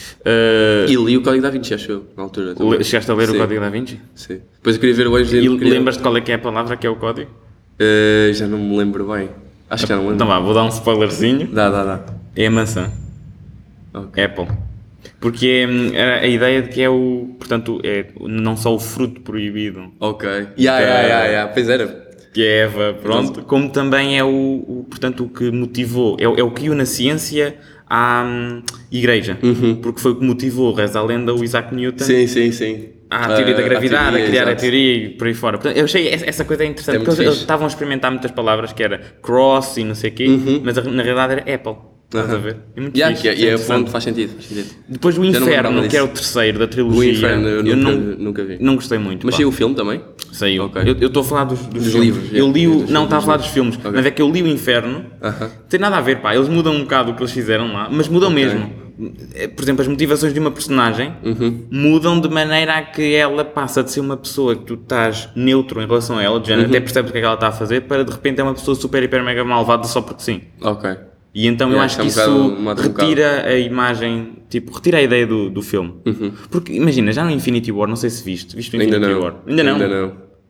E li o Código da Vinci, acho eu, na altura. Chegaste a ler o Código da Vinci? Sim. Depois eu queria ver o Anjo e lembras-te qual é que é a palavra que é o código? Já não me lembro bem. Acho que já não lembro. Então vou dar um spoilerzinho. Dá. É a maçã. Okay. Apple. Porque é a ideia de que é portanto, é não só o fruto proibido. Ok. Pois era. Que é Eva, pronto. Como também é portanto, o que motivou, é o que viu na ciência à igreja. Porque foi o que motivou, reza a lenda, o Isaac Newton. Sim. A teoria da gravidade, a criar a teoria e por aí fora. Portanto, eu achei essa coisa interessante, porque eles estavam a experimentar muitas palavras que era cross e não sei o quê, mas na realidade era Apple. Estás a ver? É muito fixe. E é ponto, faz sentido. Depois o Inferno, que é o terceiro da trilogia. O Inferno eu nunca vi. Não gostei muito. Mas saiu o filme também? Saiu. Okay. Eu estou a falar dos livros. Eu li estava a falar dos filmes. Okay. Mas é que eu li o Inferno. Não tem nada a ver, eles mudam um bocado o que eles fizeram lá, mas mudam mesmo. Por exemplo, as motivações de uma personagem mudam de maneira a que ela passa de ser uma pessoa que tu estás neutro em relação a ela, de género, até percebes o que é que ela está a fazer, para de repente é uma pessoa super, hiper, mega malvada só porque sim. Ok. E então eu acho que isso retira a imagem, retira a ideia do filme. Porque imagina, já no Infinity War, não sei se viste o Infinity War? Ainda não.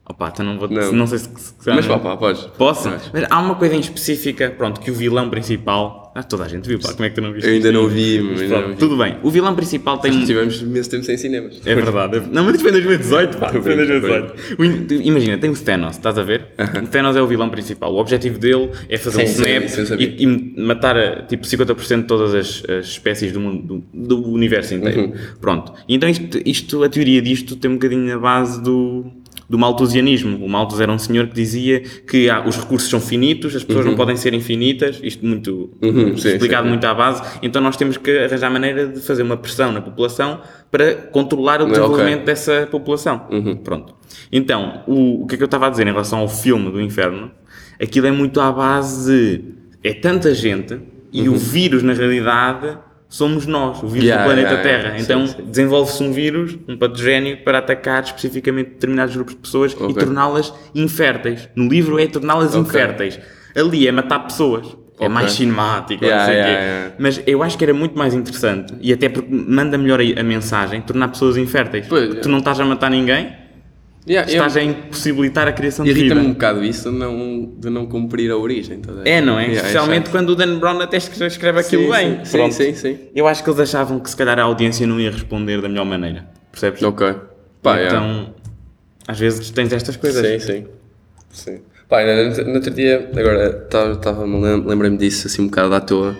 Opa, então não vou... Não. Não sei se... Mas pá, podes. Posso? Podes. Mas há uma coisa em específica, pronto, que o vilão principal... toda a gente viu, pá, como é que tu não viste? Eu ainda isto? não vi, Mas mas ainda pronto, não vi. tudo bem. O vilão principal tem... Tivemos imenso tempo sem cinemas. É verdade. Não, mas isso foi em 2018, pá. Foi em bem, 2018. Imagina, tem o Thanos, estás a ver? O Thanos é o vilão principal. O objetivo dele é fazer Sim, um snap isso eu sabia. e matar tipo 50% de todas as espécies do mundo, do universo inteiro. Pronto. E então a teoria disto tem um bocadinho na base do malthusianismo. O Malthus era um senhor que dizia que os recursos são finitos, as pessoas não podem ser infinitas, isto muito explicado muito à base, então nós temos que arranjar maneira de fazer uma pressão na população para controlar o desenvolvimento dessa população. Pronto. Então, o que é que eu estava a dizer em relação ao filme do Inferno? Aquilo é muito à base de... É tanta gente e o vírus, na realidade... somos nós, o vírus do planeta Terra. Então desenvolve-se um vírus, um patogénio, para atacar especificamente determinados grupos de pessoas e torná-las inférteis. No livro é torná-las inférteis. Ali é matar pessoas. É mais cinemático, não sei o quê. Mas eu acho que era muito mais interessante, e até porque manda melhor a mensagem, tornar pessoas inférteis. Pois, tu não estás a matar ninguém, estás a impossibilitar a criação de vida. Irrita-me um bocado isso de não cumprir a origem. Não é? Especialmente quando o Dan Brown até escreve aquilo bem. Sim. Eu acho que eles achavam que se calhar a audiência não ia responder da melhor maneira. Percebes? Ok. Então, às vezes tens estas coisas. Sim. Pá, no outro dia, agora lembrei-me disso assim um bocado à toa,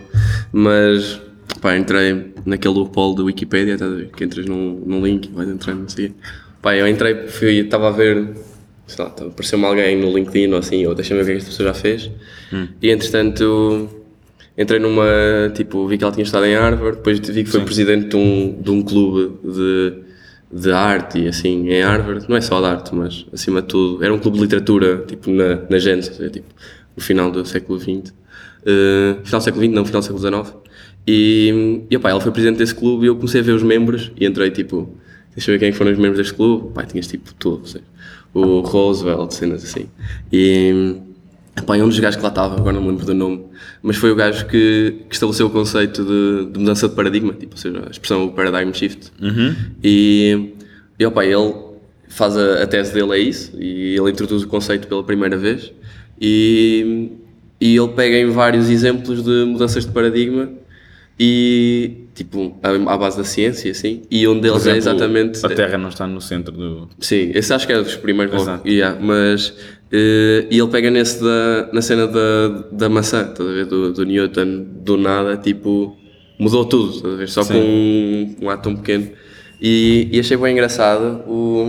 mas pá, entrei naquele loophole da Wikipedia, que entras num link e vais entrando, não sei. Pá, eu entrei, estava a ver, sei lá, apareceu-me alguém no LinkedIn ou assim, ou deixa-me ver o que é que esta pessoa já fez, e entretanto entrei numa, tipo, vi que ela tinha estado em Harvard, depois vi que foi presidente de um clube de arte e assim, em Harvard, não é só de arte, mas acima de tudo, era um clube de literatura, tipo, na Gênesis, tipo, no final do século XX, final do século XX, não, final do século XIX, e opá, ela foi presidente desse clube e eu comecei a ver os membros e entrei, tipo, deixa eu ver quem foram os membros deste clube, pá, tinhas tipo tudo, sei, o Roosevelt, cenas assim, e pá, é um dos gajos que lá estava, agora não me lembro do nome, mas foi o gajo que estabeleceu o conceito de mudança de paradigma, tipo, ou seja, a expressão o paradigm shift, e opá, ele faz a tese dele é isso, e ele introduz o conceito pela primeira vez, e ele pega em vários exemplos de mudanças de paradigma, e tipo, à base da ciência, assim, e um deles é exatamente... A Terra não está no centro do... Sim, esse acho que é dos primeiros, mas e ele pega na cena da maçã, estás a ver, do Newton, do nada, tipo, mudou tudo, estás a ver, só com um átomo pequeno, e achei bem engraçado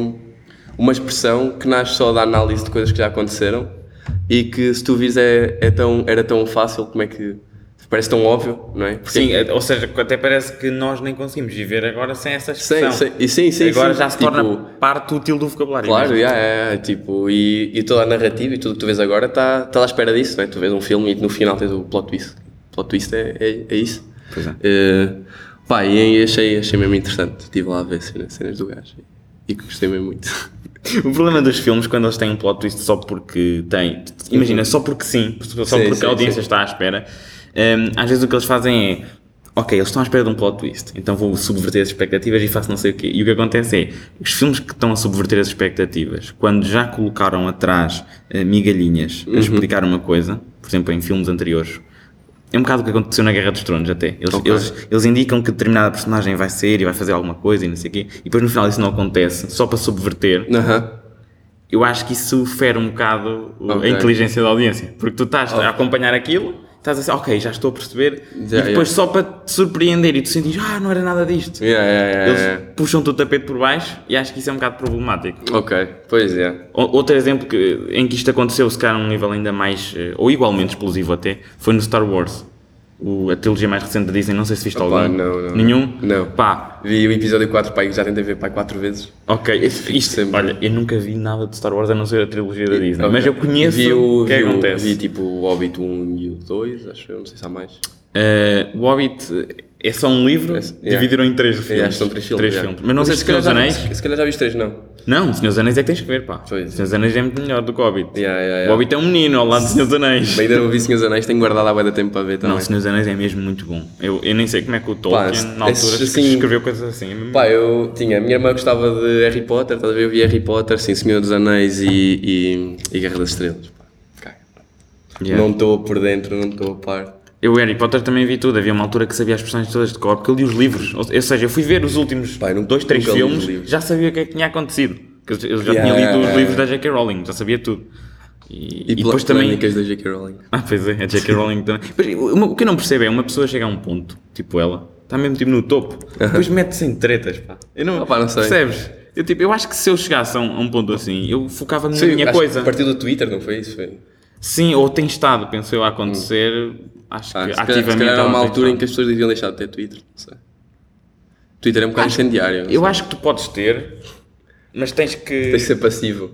uma expressão que nasce só da análise de coisas que já aconteceram, e que se tu vires era tão fácil, como é que... Parece tão óbvio, não é? Porque ou seja, até parece que nós nem conseguimos viver agora sem essa expressão. Sim, agora já se torna parte útil do vocabulário. Claro, tipo, e toda a narrativa e tudo que tu vês agora está à espera disso, não é? Tu vês um filme e no final tens o plot twist. O plot twist é isso. Pois é. Pá, e achei mesmo interessante. Estive lá a ver cenas do gajo e gostei mesmo muito. O problema dos filmes, quando eles têm um plot twist só porque têm... Imagina, só porque porque a audiência está à espera... às vezes o que eles fazem é ok, eles estão à espera de um plot twist, então vou subverter as expectativas e faço não sei o quê, e o que acontece é, os filmes que estão a subverter as expectativas, quando já colocaram atrás migalhinhas a explicar uma coisa, por exemplo em filmes anteriores, é um bocado o que aconteceu na Guerra dos Tronos até, eles indicam que determinada personagem vai ser e vai fazer alguma coisa e não sei o quê, e depois no final isso não acontece, só para subverter. Eu acho que isso fere um bocado a inteligência da audiência, porque tu estás a acompanhar aquilo, estás a dizer, ok, já estou a perceber, e depois só para te surpreender e tu sentires, não era nada disto. Eles puxam-te o tapete por baixo e acho que isso é um bocado problemático. Ok, pois é. Outro exemplo em que isto aconteceu, se calhar num nível ainda mais, ou igualmente explosivo até, foi no Star Wars. A trilogia mais recente da Disney, não sei se viste algum. Não. Nenhum? Não. Pá. Vi o episódio 4, pá, já tentei ver 4 vezes. Ok, olha, eu nunca vi nada de Star Wars a não ser a trilogia da Disney, mas eu conheço o que acontece. Vi tipo o Hobbit 1 e o 2, acho eu, não sei se há mais. O Hobbit É só um livro, dividiram em 3 filmes. São 3 filmes. Mas não viste Senhor dos Anéis? Se calhar já viste 3, não. Não, Senhor dos Anéis é que tens que ver, pá. Pois. Senhor dos Anéis é muito melhor do que o Hobbit. O Hobbit é um menino ao lado de Senhor dos Anéis. Ainda não vi Senhor dos Anéis, tenho guardado há bué de tempo para ver também. Não, Senhor dos Anéis é mesmo muito bom. Eu nem sei como é que o Tolkien, na altura, escreveu coisas assim. Pá, a minha irmã gostava de Harry Potter, estás a ver? Eu vi Harry Potter, sim, Senhor dos Anéis e Guerra das Estrelas. Pá. Não estou por dentro, não estou a par. Eu, Harry Potter, também vi tudo. Havia uma altura que sabia as personagens todas de cor, porque eu li os livros. Ou seja, eu fui ver os últimos 2, 3 filmes, já sabia o que é que tinha acontecido. Eu já tinha lido os livros da J.K. Rowling, já sabia tudo. E depois também... da J.K. Rowling. Pois é, a J.K. Rowling também. Mas, o que eu não percebo é, uma pessoa chega a um ponto, tipo ela, está mesmo tipo no topo, depois mete-se em tretas, pá. Eu não, não sei. Percebes? Eu acho que se eu chegasse a um ponto assim, eu focava-me na minha coisa. A partir do Twitter, não foi isso? Foi. Sim, ou tem estado, penso eu, a acontecer... Acho que ativamente... Se calhar é uma altura em que as pessoas deviam deixar de ter Twitter, não sei. Twitter é um bocado incendiário. Eu acho que tu podes ter, mas tens que... Tens de ser passivo.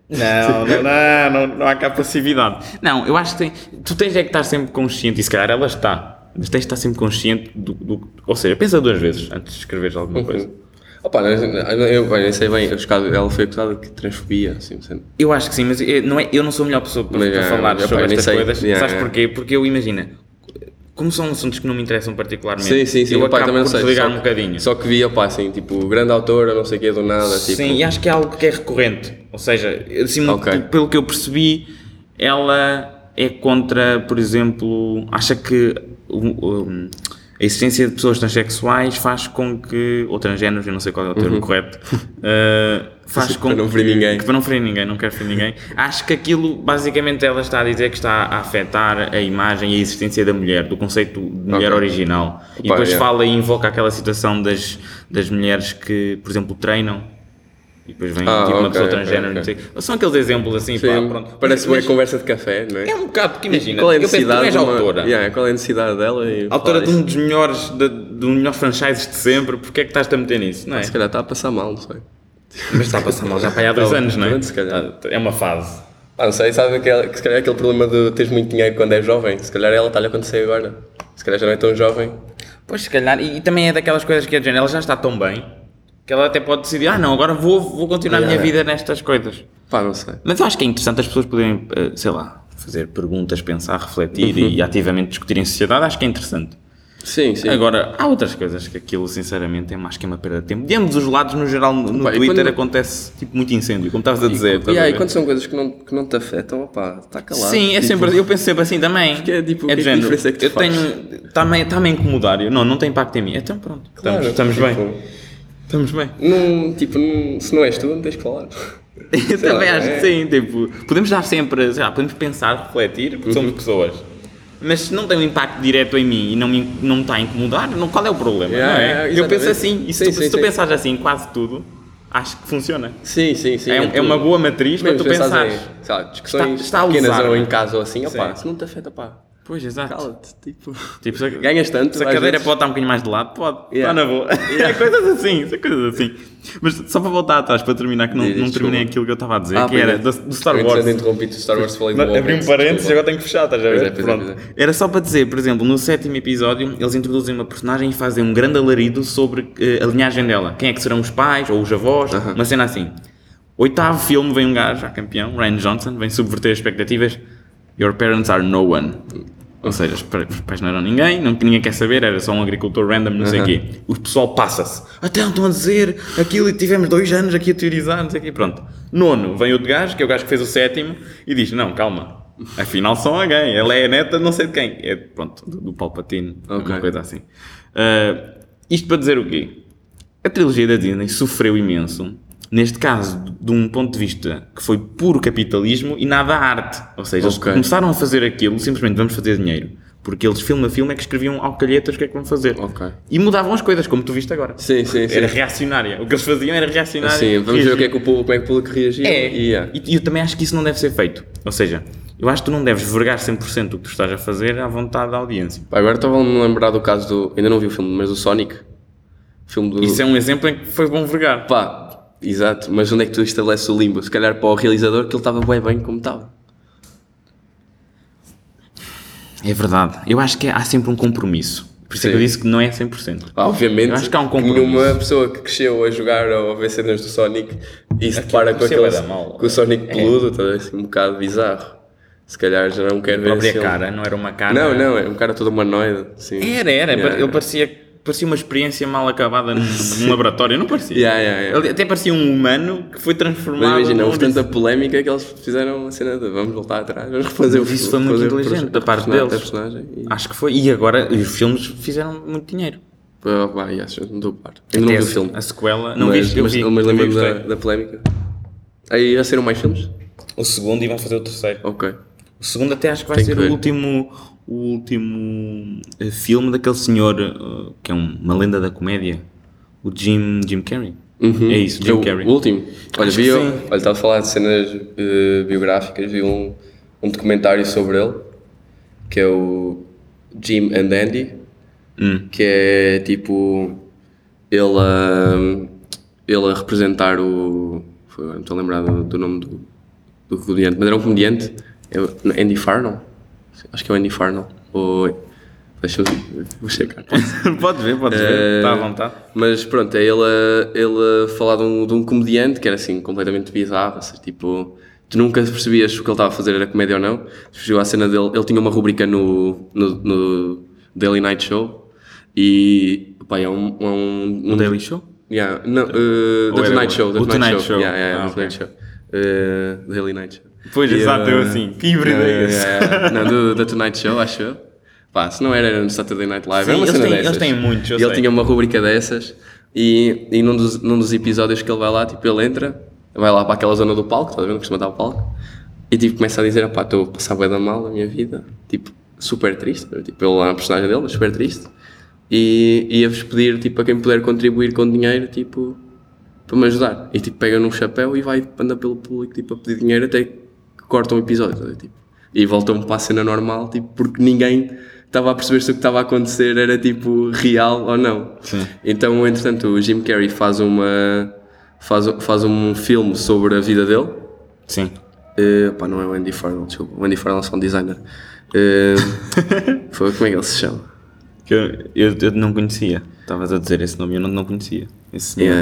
Não há cá passividade. Não, eu acho que tu tens é que estar sempre consciente, e se calhar ela está, mas tens de estar sempre consciente ou seja, pensa 2 vezes antes de escreveres alguma coisa. Opa, eu nem sei bem, ela foi acusada de transfobia, assim, sendo. Eu acho que sim, mas eu não sou a melhor pessoa para falar sobre estas coisas. Sabes porquê? Porque eu imagino, como são assuntos que não me interessam particularmente, sim, eu opa, acabo por desligar um bocadinho. Só que vi, opa, assim, tipo, grande autora, não sei o que, do nada, tipo... Sim, e acho que é algo que é recorrente, ou seja, assim, pelo que eu percebi, ela é contra, por exemplo, acha que a existência de pessoas transexuais faz com que, ou transgéneros, eu não sei qual é o termo correto, faz com para não ferir ninguém. Para não ferir ninguém, não quero ferir ninguém. Acho que aquilo, basicamente, ela está a dizer que está a afetar a imagem e a existência da mulher, do conceito de mulher original. E depois fala e invoca aquela situação das mulheres que, por exemplo, treinam. E depois vem tipo uma pessoa transgénero, não sei. São aqueles exemplos assim, pá, pronto. Parece uma conversa de café, não é? É um bocado, porque imagina, qual é a necessidade autora. Qual é a necessidade dela? Autora de um dos melhores franchises de sempre, porque é que estás-te a meter nisso, não é? Se calhar está a passar mal, não sei. Mas está a passar mal já para aí há 2 anos, não é? Se calhar. É uma fase. Não sei, sabe que se calhar é aquele problema de teres muito dinheiro quando és jovem, se calhar ela está-lhe a acontecer agora. Se calhar já não é tão jovem. Pois, se calhar, e também é daquelas coisas que ela já está tão bem, que ela até pode decidir, não, agora vou continuar a minha vida nestas coisas. Pá, não sei. Mas eu acho que é interessante as pessoas poderem, sei lá, fazer perguntas, pensar, refletir e ativamente discutir em sociedade, acho que é interessante. Sim. Agora, há outras coisas que aquilo, sinceramente, é mais que uma perda de tempo. De ambos os lados, no geral, no Twitter acontece tipo muito incêndio, como estavas a dizer. E quando são coisas que não te afetam, opá, está calado. Sim, tipo, sempre, eu penso sempre assim também. Porque é tipo, é que género, diferença é que tu fazes? Está-me a incomodar, não tem impacto em mim. Então pronto, claro, estamos tipo, bem. Estamos bem. Se não és tu, não tens que falar. Eu também acho que sim, tipo, podemos dar sempre, sei lá, podemos pensar, refletir, porque somos pessoas. Mas se não tem um impacto direto em mim e não me está a incomodar, qual é o problema? Não é? Eu penso assim, e se tu pensares assim em quase tudo, acho que funciona. Sim. É uma boa matriz para tu pensares. Discussões está pequenas usar, ou em casa ou assim, opá, se não te afeta, pá. Pois, exato. Cala-te, tipo ganhas tanto. Se a cadeira pode estar um bocadinho mais de lado, pode. Está na boa. É coisas assim. Mas só para voltar atrás, para terminar, que não terminei aquilo que eu estava a dizer, que era do Star Wars. Eu interrompi-te, Star Wars, falei do abri um parênteses e agora tenho que fechar, estás a ver? Pronto. Era só para dizer, por exemplo, no 7º episódio, eles introduzem uma personagem e fazem um grande alarido sobre a linhagem dela. Quem é que serão os pais ou os avós, uma cena assim. 8º filme, vem um gajo, já campeão, Rian Johnson, vem subverter as expectativas. Your parents are no one. Ou seja, os pais não eram ninguém, ninguém quer saber, era só um agricultor random, não sei o quê. O pessoal passa-se. Até estão a dizer aquilo e tivemos 2 anos aqui a teorizar, não sei o quê. Pronto. 9º, vem outro gajo, que é o gajo que fez o 7º, e diz, não, calma, afinal são alguém, ela é a neta de não sei de quem. É, pronto, do Palpatine, uma coisa assim. Isto para dizer o quê? A trilogia da Disney sofreu imenso, neste caso, de um ponto de vista que foi puro capitalismo e nada arte. Ou seja, eles começaram a fazer aquilo, simplesmente vamos fazer dinheiro. Porque eles, filme a filme, é que escreviam ao calhetas o que é que vão fazer. E mudavam as coisas, como tu viste agora. Sim. Era reacionária. O que eles faziam era reacionária. Sim, vamos ver como é que o público reagia. E eu também acho que isso não deve ser feito. Ou seja, eu acho que tu não deves vergar 100% do que tu estás a fazer à vontade da audiência. Agora estava-me a lembrar do caso do... Ainda não vi o filme, mas do Sonic. Isso é um exemplo em que foi bom vergar. Exato, mas onde é que tu estabeleces o limbo? Se calhar para o realizador que ele estava bem como estava. É verdade. Eu acho que há sempre um compromisso. Por isso é que eu disse que não é 100%. Obviamente, Eu acho que há um compromisso. nenhuma pessoa que cresceu a jogar ou a ver cenas do Sonic e se depara com, com o Sonic peludo, tá, assim, um bocado bizarro. Se calhar já não quero ver A própria esse cara, não era uma cara... Não, é um cara todo humanoide. Assim. Era. Ele parecia uma experiência mal acabada num laboratório, não parecia? Ele até parecia um humano que foi transformado... Mas imagina, houve tanta polémica que eles fizeram a cena de vamos voltar atrás, vamos refazer o filme. Isso foi muito inteligente da parte deles. E... Acho que foi. E agora os filmes fizeram muito dinheiro. Acho que não estou a par. Ainda não vi o filme. A sequela, não viste? Eu vi. Mas lembro-me da polémica. Aí já saíram mais filmes? O segundo e vão fazer o terceiro. Ok. O segundo até acho que vai ser o último filme daquele senhor que é uma lenda da comédia, o Jim Carrey. É isso, Jim Carrey. O último. Olha, estava a falar de cenas biográficas, vi um documentário sobre ele, que é o Jim and Andy, que é tipo ele a representar não estou a lembrar do nome do comediante, mas era um comediante, Andy Farnell, acho que é o Andy Farnell, vou checar. Pode ver, está à vontade. Mas pronto, é ele a falar de um comediante que era assim completamente bizarro, assim, tipo, tu nunca percebias se o que ele estava a fazer era comédia ou não. Chegou à cena dele, ele tinha uma rubrica no Daily Night Show e pá, é um Daily Show? Yeah, no, The Tonight Show. The Tonight Show. The Tonight Show. Daily Night Show. Pois, exato, eu assim, que híbrido é esse? Não, The Tonight Show, acho eu. Pá, se não era no Saturday Night Live, era uma Sim, cena dessas. eles têm muitos, E ele tinha uma rubrica dessas e num dos episódios que ele vai lá, tipo, ele entra, vai lá para aquela zona do palco, estás a ver, costuma estar o palco, e tipo, começa a dizer, pá, estou a passar bem da mal na minha vida, tipo, super triste, tipo, ele lá na personagem dele, mas super triste, e ia-vos pedir, tipo, a quem puder contribuir com dinheiro, tipo, para me ajudar. E tipo, pega num chapéu e vai andar pelo público, tipo, a pedir dinheiro até que corta um episódio, tá, tipo, e voltam para a cena normal, tipo, porque ninguém estava a perceber se o que estava a acontecer era tipo real ou não. Sim. Então, entretanto, o Jim Carrey faz um filme sobre a vida dele. Sim. Pá, não é o Andy Farnell, desculpa. O Andy Farnell é só um designer. Como é que ele se chama? Eu não conhecia. Estavas a dizer esse nome e eu não conhecia. Esse senhor.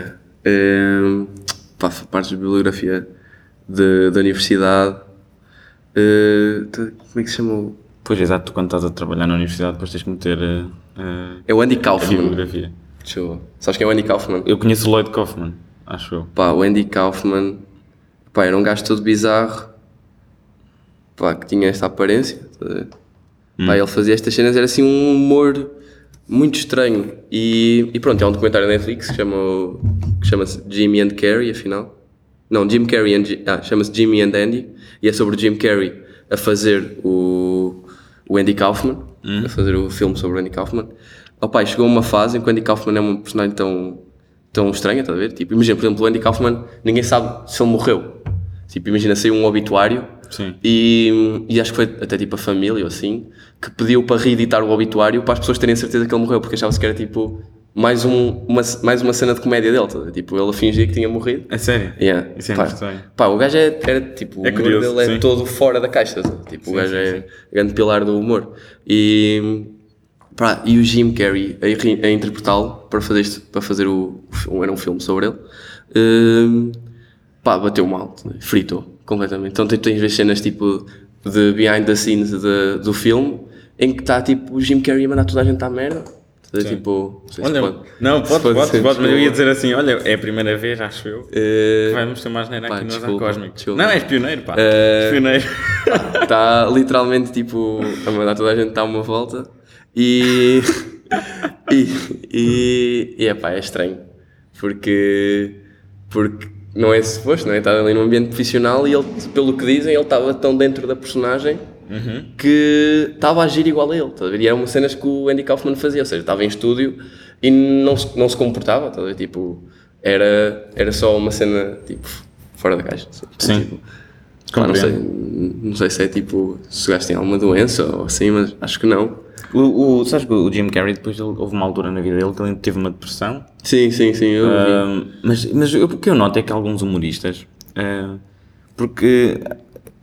Pá, parte de bibliografia da universidade. Como é que se chamou? Pois, exato, tu quando estás a trabalhar na universidade depois tens que meter é o Andy a Kaufman. bibliografia. Deixa eu... Sabes quem é o Andy Kaufman? Eu conheço o Lloyd Kaufman, acho eu. Pá, o Andy Kaufman, pá, era um gajo todo bizarro, pá, que tinha esta aparência, tá a ver? Pá, ele fazia estas cenas, era assim um humor muito estranho. E pronto, é um documentário da Netflix que chama-se Jimmy and Carrey, afinal. Não, Jim Carrey chama-se Jimmy and Andy, e é sobre o Jim Carrey a fazer o Andy Kaufman, a fazer o filme sobre o Andy Kaufman. Opa, chegou uma fase em que o Andy Kaufman é uma personagem tão estranha, estás a ver? Tipo, imagina, por exemplo, o Andy Kaufman, ninguém sabe se ele morreu. Tipo, imagina, saiu um obituário. Sim. E acho que foi até tipo a família ou assim, que pediu para reeditar o obituário para as pessoas terem certeza que ele morreu, porque achava-se que era tipo mais uma cena de comédia dele, tá? Tipo, ele fingia que tinha morrido. É sério? Yeah. Isso é estranho. Pá, o gajo era tipo, o humor curioso, dele sim. é todo fora da caixa, tá? Tipo, o gajo é grande pilar do humor. E o Jim Carrey a interpretá-lo para fazer era um filme sobre ele, pá, bateu mal, né? Fritou completamente. Então tens ver cenas tipo de behind the scenes do filme em que está tipo o Jim Carrey a mandar toda a gente à merda. Tipo, olha, pode, mas eu ia dizer assim, olha, é a primeira vez, acho eu, vamos ter mais neira aqui no Azar Cósmico. Não, és pioneiro, pá, és pioneiro. Está literalmente tipo a mandar toda a gente dar uma volta e pá, é estranho porque não é suposto, não é? Está ali num ambiente profissional e ele, pelo que dizem, ele estava tão dentro da personagem que estava a agir igual a ele, tá a ver? E eram umas cenas que o Andy Kaufman fazia, ou seja, estava em estúdio e não se comportava, tá a ver? Tipo, era só uma cena tipo fora da caixa. Sim. Tipo, não sei se é tipo, se o gajo tem alguma doença ou assim, mas acho que não. Sabes que o Jim Carrey, depois houve uma altura na vida dele que ele teve uma depressão. Sim, eu vi. Mas o que eu noto é que alguns humoristas, porque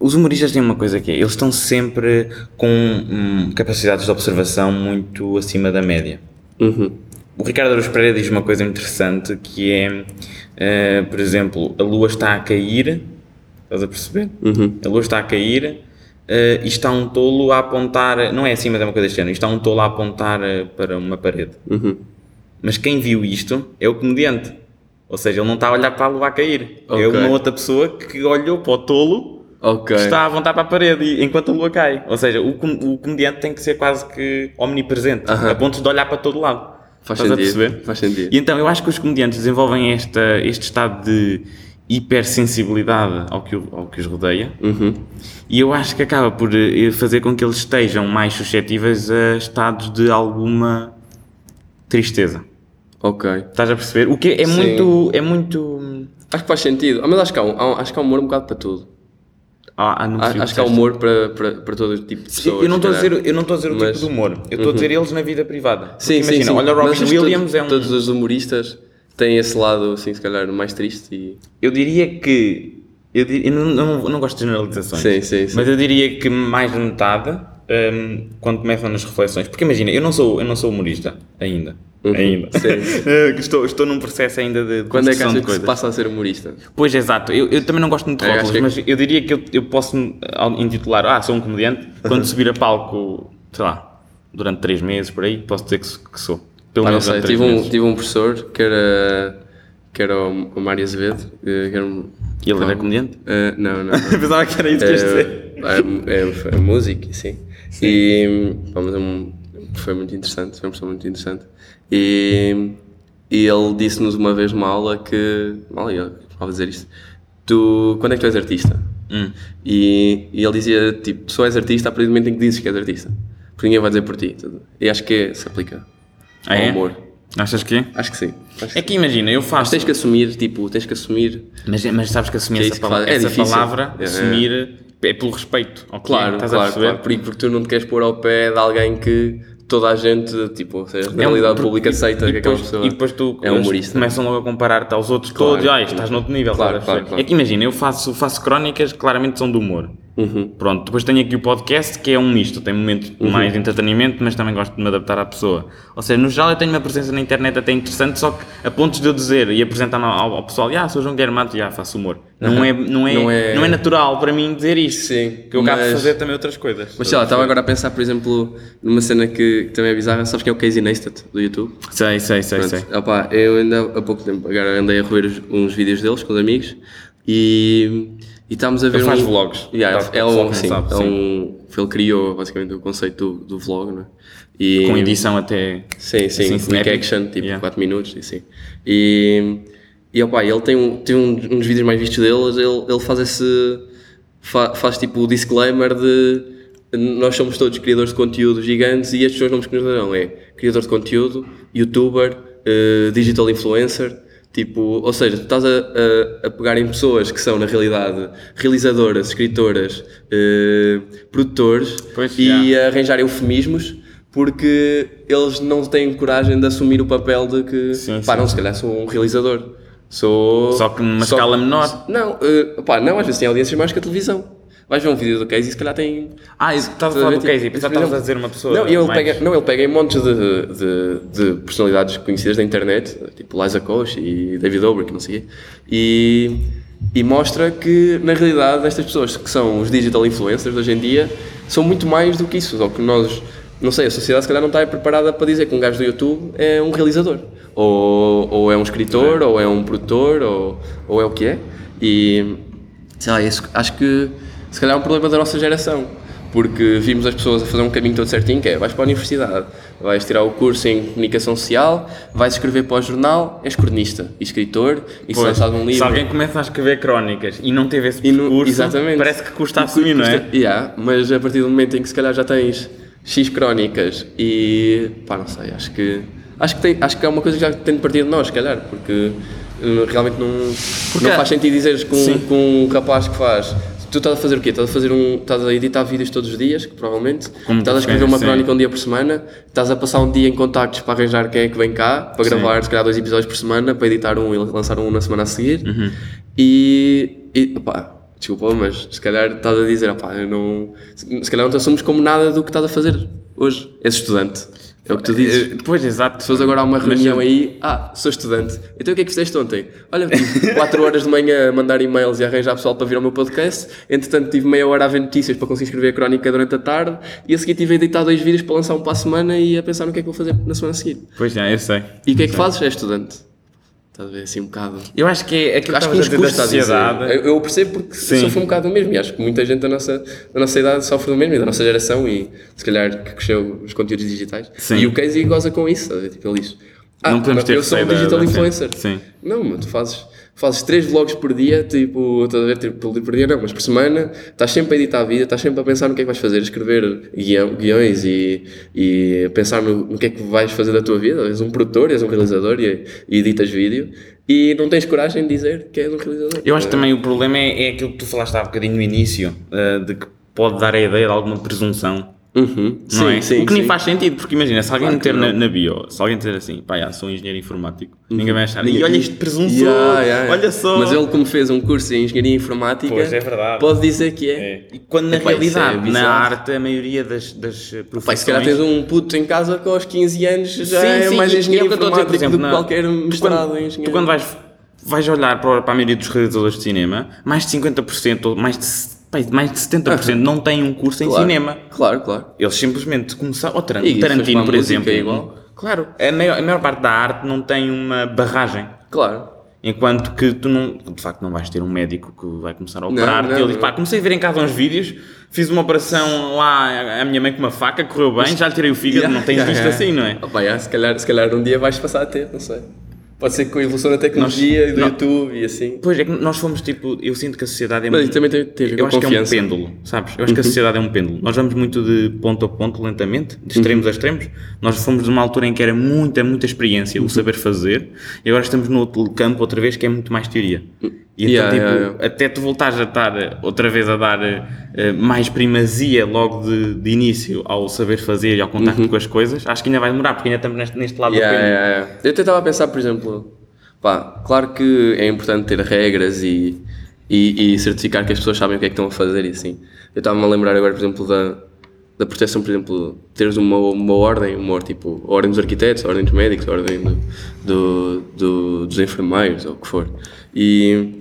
os humoristas têm uma coisa que é, eles estão sempre com capacidades de observação muito acima da média. O Ricardo Araújo Pereira diz uma coisa interessante que é, por exemplo, a lua está a cair, estás a perceber? A lua está a cair e está um tolo a apontar, não é assim, mas é uma coisa deste género, está um tolo a apontar para uma parede. Mas quem viu isto é o comediante, ou seja, ele não está a olhar para a lua a cair, é uma outra pessoa que olhou para o tolo que está a apontar para a parede enquanto a lua cai. Ou seja, o comediante tem que ser quase que omnipresente, a ponto de olhar para todo lado. Faz Estás sentido, a perceber? faz sentido. E então eu acho que os comediantes desenvolvem este estado de hipersensibilidade ao que os rodeia, e eu acho que acaba por fazer com que eles estejam mais suscetíveis a estados de alguma tristeza. Estás a perceber? O que é muito... Acho que faz sentido. Mas acho que há humor um bocado para tudo. Acho que há humor para todo tipo de pessoas. Eu não estou a dizer o tipo de humor. Eu estou a dizer eles na vida privada. Imagina, olha o Robin Williams todos os humoristas têm esse lado, assim, se calhar, mais triste. Eu diria que... Eu não gosto de generalizações. Sim. Mas eu diria que mais de metade, quando começam nas reflexões... Porque imagina, eu não sou humorista ainda. Estou num processo ainda de quando é que achas de que coisas. se passa a ser humorista? Pois, exato. Eu também não gosto muito de rótulos, mas eu diria que eu posso intitular sou um comediante, quando subir a palco, sei lá, durante 3 meses, por aí, posso dizer que sou. Pelo menos não sei, tive um professor que era o Mário Azevedo. E ele era comediante? Não. Pensava que era isso que ias dizer. É músico, sim. E foi muito interessante, foi uma pessoa muito interessante. E ele disse-nos uma vez numa aula que... ele estava a dizer isto. Quando é que tu és artista? E ele dizia, tipo, tu só és artista a partir do momento em que dizes que és artista. Porque ninguém vai dizer por ti. E acho que se aplica ao humor. Achas que é? Acho que sim. É que imagina, eu faço... Mas tens que assumir... Mas sabes que assumir essa palavra, assumir é pelo respeito. Claro. Porque tu não te queres pôr ao pé de alguém que toda a gente, tipo, na realidade pública aceita que aquela pessoa e depois tu é humorista. Começam logo a comparar-te aos outros todos, estás no outro nível. Claro. É que imagina, eu faço crónicas, claramente são de humor. Pronto, depois tenho aqui o podcast, que é um misto, tem momentos mais de entretenimento, mas também gosto de me adaptar à pessoa. Ou seja, no geral eu tenho uma presença na internet até interessante, só que a pontos de eu dizer e apresentar ao pessoal, sou João Guilherme Matos, faço humor. Não é natural para mim dizer isto. Sim, que eu acabo de fazer também outras coisas. Mas sei lá, estava agora a pensar, por exemplo, numa cena que também é bizarra. Sabes quem é o Casey Neistat, do YouTube? Sei. Opa, eu ainda há pouco tempo agora andei a rever uns vídeos deles com os amigos e estávamos a ver. Ele faz vlogs. Ele criou basicamente o conceito do vlog, não é? Com edição até. Sim, quick action, tipo 4 minutos, assim. E opa, ele tem uns vídeos mais vistos deles, ele faz tipo o disclaimer de nós somos todos criadores de conteúdo gigantes e estes são os nomes que nos darão, criador de conteúdo, youtuber, digital influencer, tipo, ou seja, tu estás a pegar em pessoas que são na realidade realizadoras, escritoras, produtores a arranjar eufemismos porque eles não têm coragem de assumir o papel de que, se calhar sou um realizador. Só que numa escala menor. Não, às vezes tem audiências mais que a televisão. Vais ver um vídeo do Casey e se calhar tem... estás a falar do Casey, pensava que estavas a dizer uma pessoa... Não, ele pega em montes de personalidades conhecidas da internet, tipo Liza Koshy e David Dobrik, não sei o quê, e mostra que, na realidade, estas pessoas que são os digital influencers de hoje em dia, são muito mais do que isso, só que nós... Não sei, a sociedade se calhar não está preparada para dizer que um gajo do YouTube é um realizador, ou é um escritor, ou é um produtor, ou é o que é. E, sei lá, isso, acho que se calhar é um problema da nossa geração, porque vimos as pessoas a fazer um caminho todo certinho, que é, vais para a universidade, vais tirar o curso em comunicação social, vais escrever para o jornal, és cronista e escritor, e se lançares um livro... Se alguém começa a escrever crónicas e não teve esse percurso, parece que custa assumir, não é? Mas a partir do momento em que se calhar já tens X crónicas e... não sei, acho que é uma coisa que já tem de partir de nós, se calhar, porque realmente não faz sentido dizeres com um rapaz que faz... Tu estás a fazer o quê? Estás a editar vídeos todos os dias, provavelmente. Estás a escrever uma crónica um dia por semana. Estás a passar um dia em contactos para arranjar quem é que vem cá, para gravar, se calhar, 2 episódios por semana, para editar um e lançar um na semana a seguir. E desculpa, mas se calhar estás a dizer, opá, eu não... Se calhar não te assumes como nada do que estás a fazer hoje. És estudante. É o que tu dizes. Pois, exato. Se fores agora a uma reunião aí, sou estudante. Então o que é que fizeste ontem? Olha, tive 4 horas de manhã a mandar e-mails e a arranjar pessoal para vir ao meu podcast. Entretanto, tive meia hora a ver notícias para conseguir escrever a crónica durante a tarde. E a seguir tive a editar 2 vídeos para lançar um para a semana e a pensar no que é que vou fazer na semana a seguir. Pois já, eu sei. E o que é que fazes? És estudante. Estás a ver assim um bocado. Eu acho que é aquilo Acho que que estavas a dizer da sociedade. Eu percebo porque sofro um bocado do mesmo e acho que muita gente da nossa idade sofre do mesmo e da nossa geração e se calhar que cresceu os conteúdos digitais. Sim. E o Casey goza com isso. Tipo, ele diz: não podemos ter eu sou um receio digital da influencer. Sim. Não, mas tu fazes 3 vlogs por dia, tipo, estás a ver, tipo, por dia não, mas por semana, estás sempre a editar a vida, estás sempre a pensar no que é que vais fazer, escrever guiões e pensar no que é que vais fazer da tua vida. És um produtor, és um realizador e editas vídeo e não tens coragem de dizer que és um realizador. Eu acho que também o problema é aquilo que tu falaste há bocadinho no início, de que pode dar a ideia de alguma presunção. Não é? Sim, o que nem faz sentido, porque imagina, se alguém meter não. na bio, se alguém dizer assim, pá, sou um engenheiro informático, ninguém vai achar, e olha este presunçoso, olha só. Mas ele, como fez um curso em engenharia informática, pois, é verdade. pode dizer que é. E quando na realidade, na arte, a maioria das profissões... Pá, se calhar tens um puto em casa que aos 15 anos já é mais engenheiro informático do que qualquer mestrado em engenharia. Tu quando vais olhar para a maioria dos realizadores de cinema, mais de 50% ou mais de 70% não têm um curso em cinema. Claro. Eles simplesmente começaram... O Tarantino, por exemplo. É igual. Claro. A maior parte da arte não tem uma barragem. Claro. Enquanto que tu não... De facto, não vais ter um médico que vai começar a operar. Ele diz, comecei a ver em casa uns vídeos, fiz uma operação lá à minha mãe com uma faca, correu bem, já lhe tirei o fígado, não tens visto assim, não é? Se calhar um dia vais passar a ter, não sei. Pode ser que com a evolução da tecnologia e do YouTube e assim. Pois é que nós fomos tipo, eu sinto que a sociedade é mas muito... também teve eu acho confiança. Que é um pêndulo, sabes? Eu acho que a sociedade é um pêndulo. Nós vamos muito de ponto a ponto lentamente, de extremos a extremos. Nós fomos de uma altura em que era muita experiência, o saber fazer, e agora estamos no outro campo outra vez que é muito mais teoria. E então, até tu voltares a estar outra vez a dar mais primazia logo de início ao saber fazer e ao contacto com as coisas, acho que ainda vai demorar, porque ainda estamos neste lado do pêndulo. Eu até estava a pensar, por exemplo, claro que é importante ter regras e certificar que as pessoas sabem o que é que estão a fazer e assim. Eu estava-me a lembrar agora, por exemplo, da proteção, por exemplo, teres uma ordem, tipo, a ordem dos arquitetos, a ordem dos médicos, a ordem dos enfermeiros, ou o que for. E,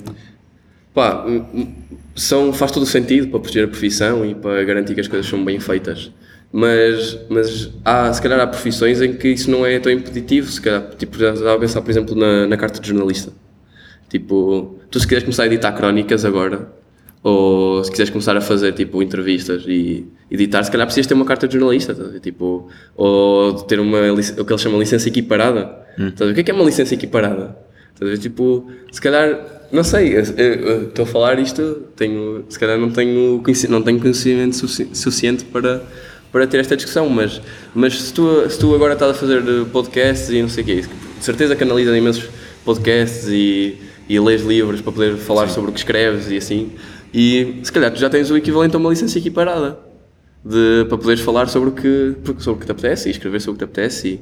faz todo o sentido para proteger a profissão e para garantir que as coisas são bem feitas. Mas se calhar há profissões em que isso não é tão impeditivo. Se calhar, tipo, já estava a pensar, por exemplo, na carta de jornalista. Tipo, tu se quiseres começar a editar crónicas agora, ou se quiseres começar a fazer tipo entrevistas e editar, se calhar precisas ter uma carta de jornalista, tá? Tipo, ou ter o que eles chamam de licença equiparada. Tá? O que é uma licença equiparada? Tá? Tipo, se calhar, não sei, eu estou a falar isto, se calhar não tenho conhecimento suficiente para ter esta discussão, mas se tu agora estás a fazer podcasts e não sei o que é isso, de certeza que analisas imensos podcasts e lês livros para poder falar sobre o que escreves e assim, e se calhar tu já tens o equivalente a uma licença equiparada para poderes falar sobre o que te apetece e escrever sobre o que te apetece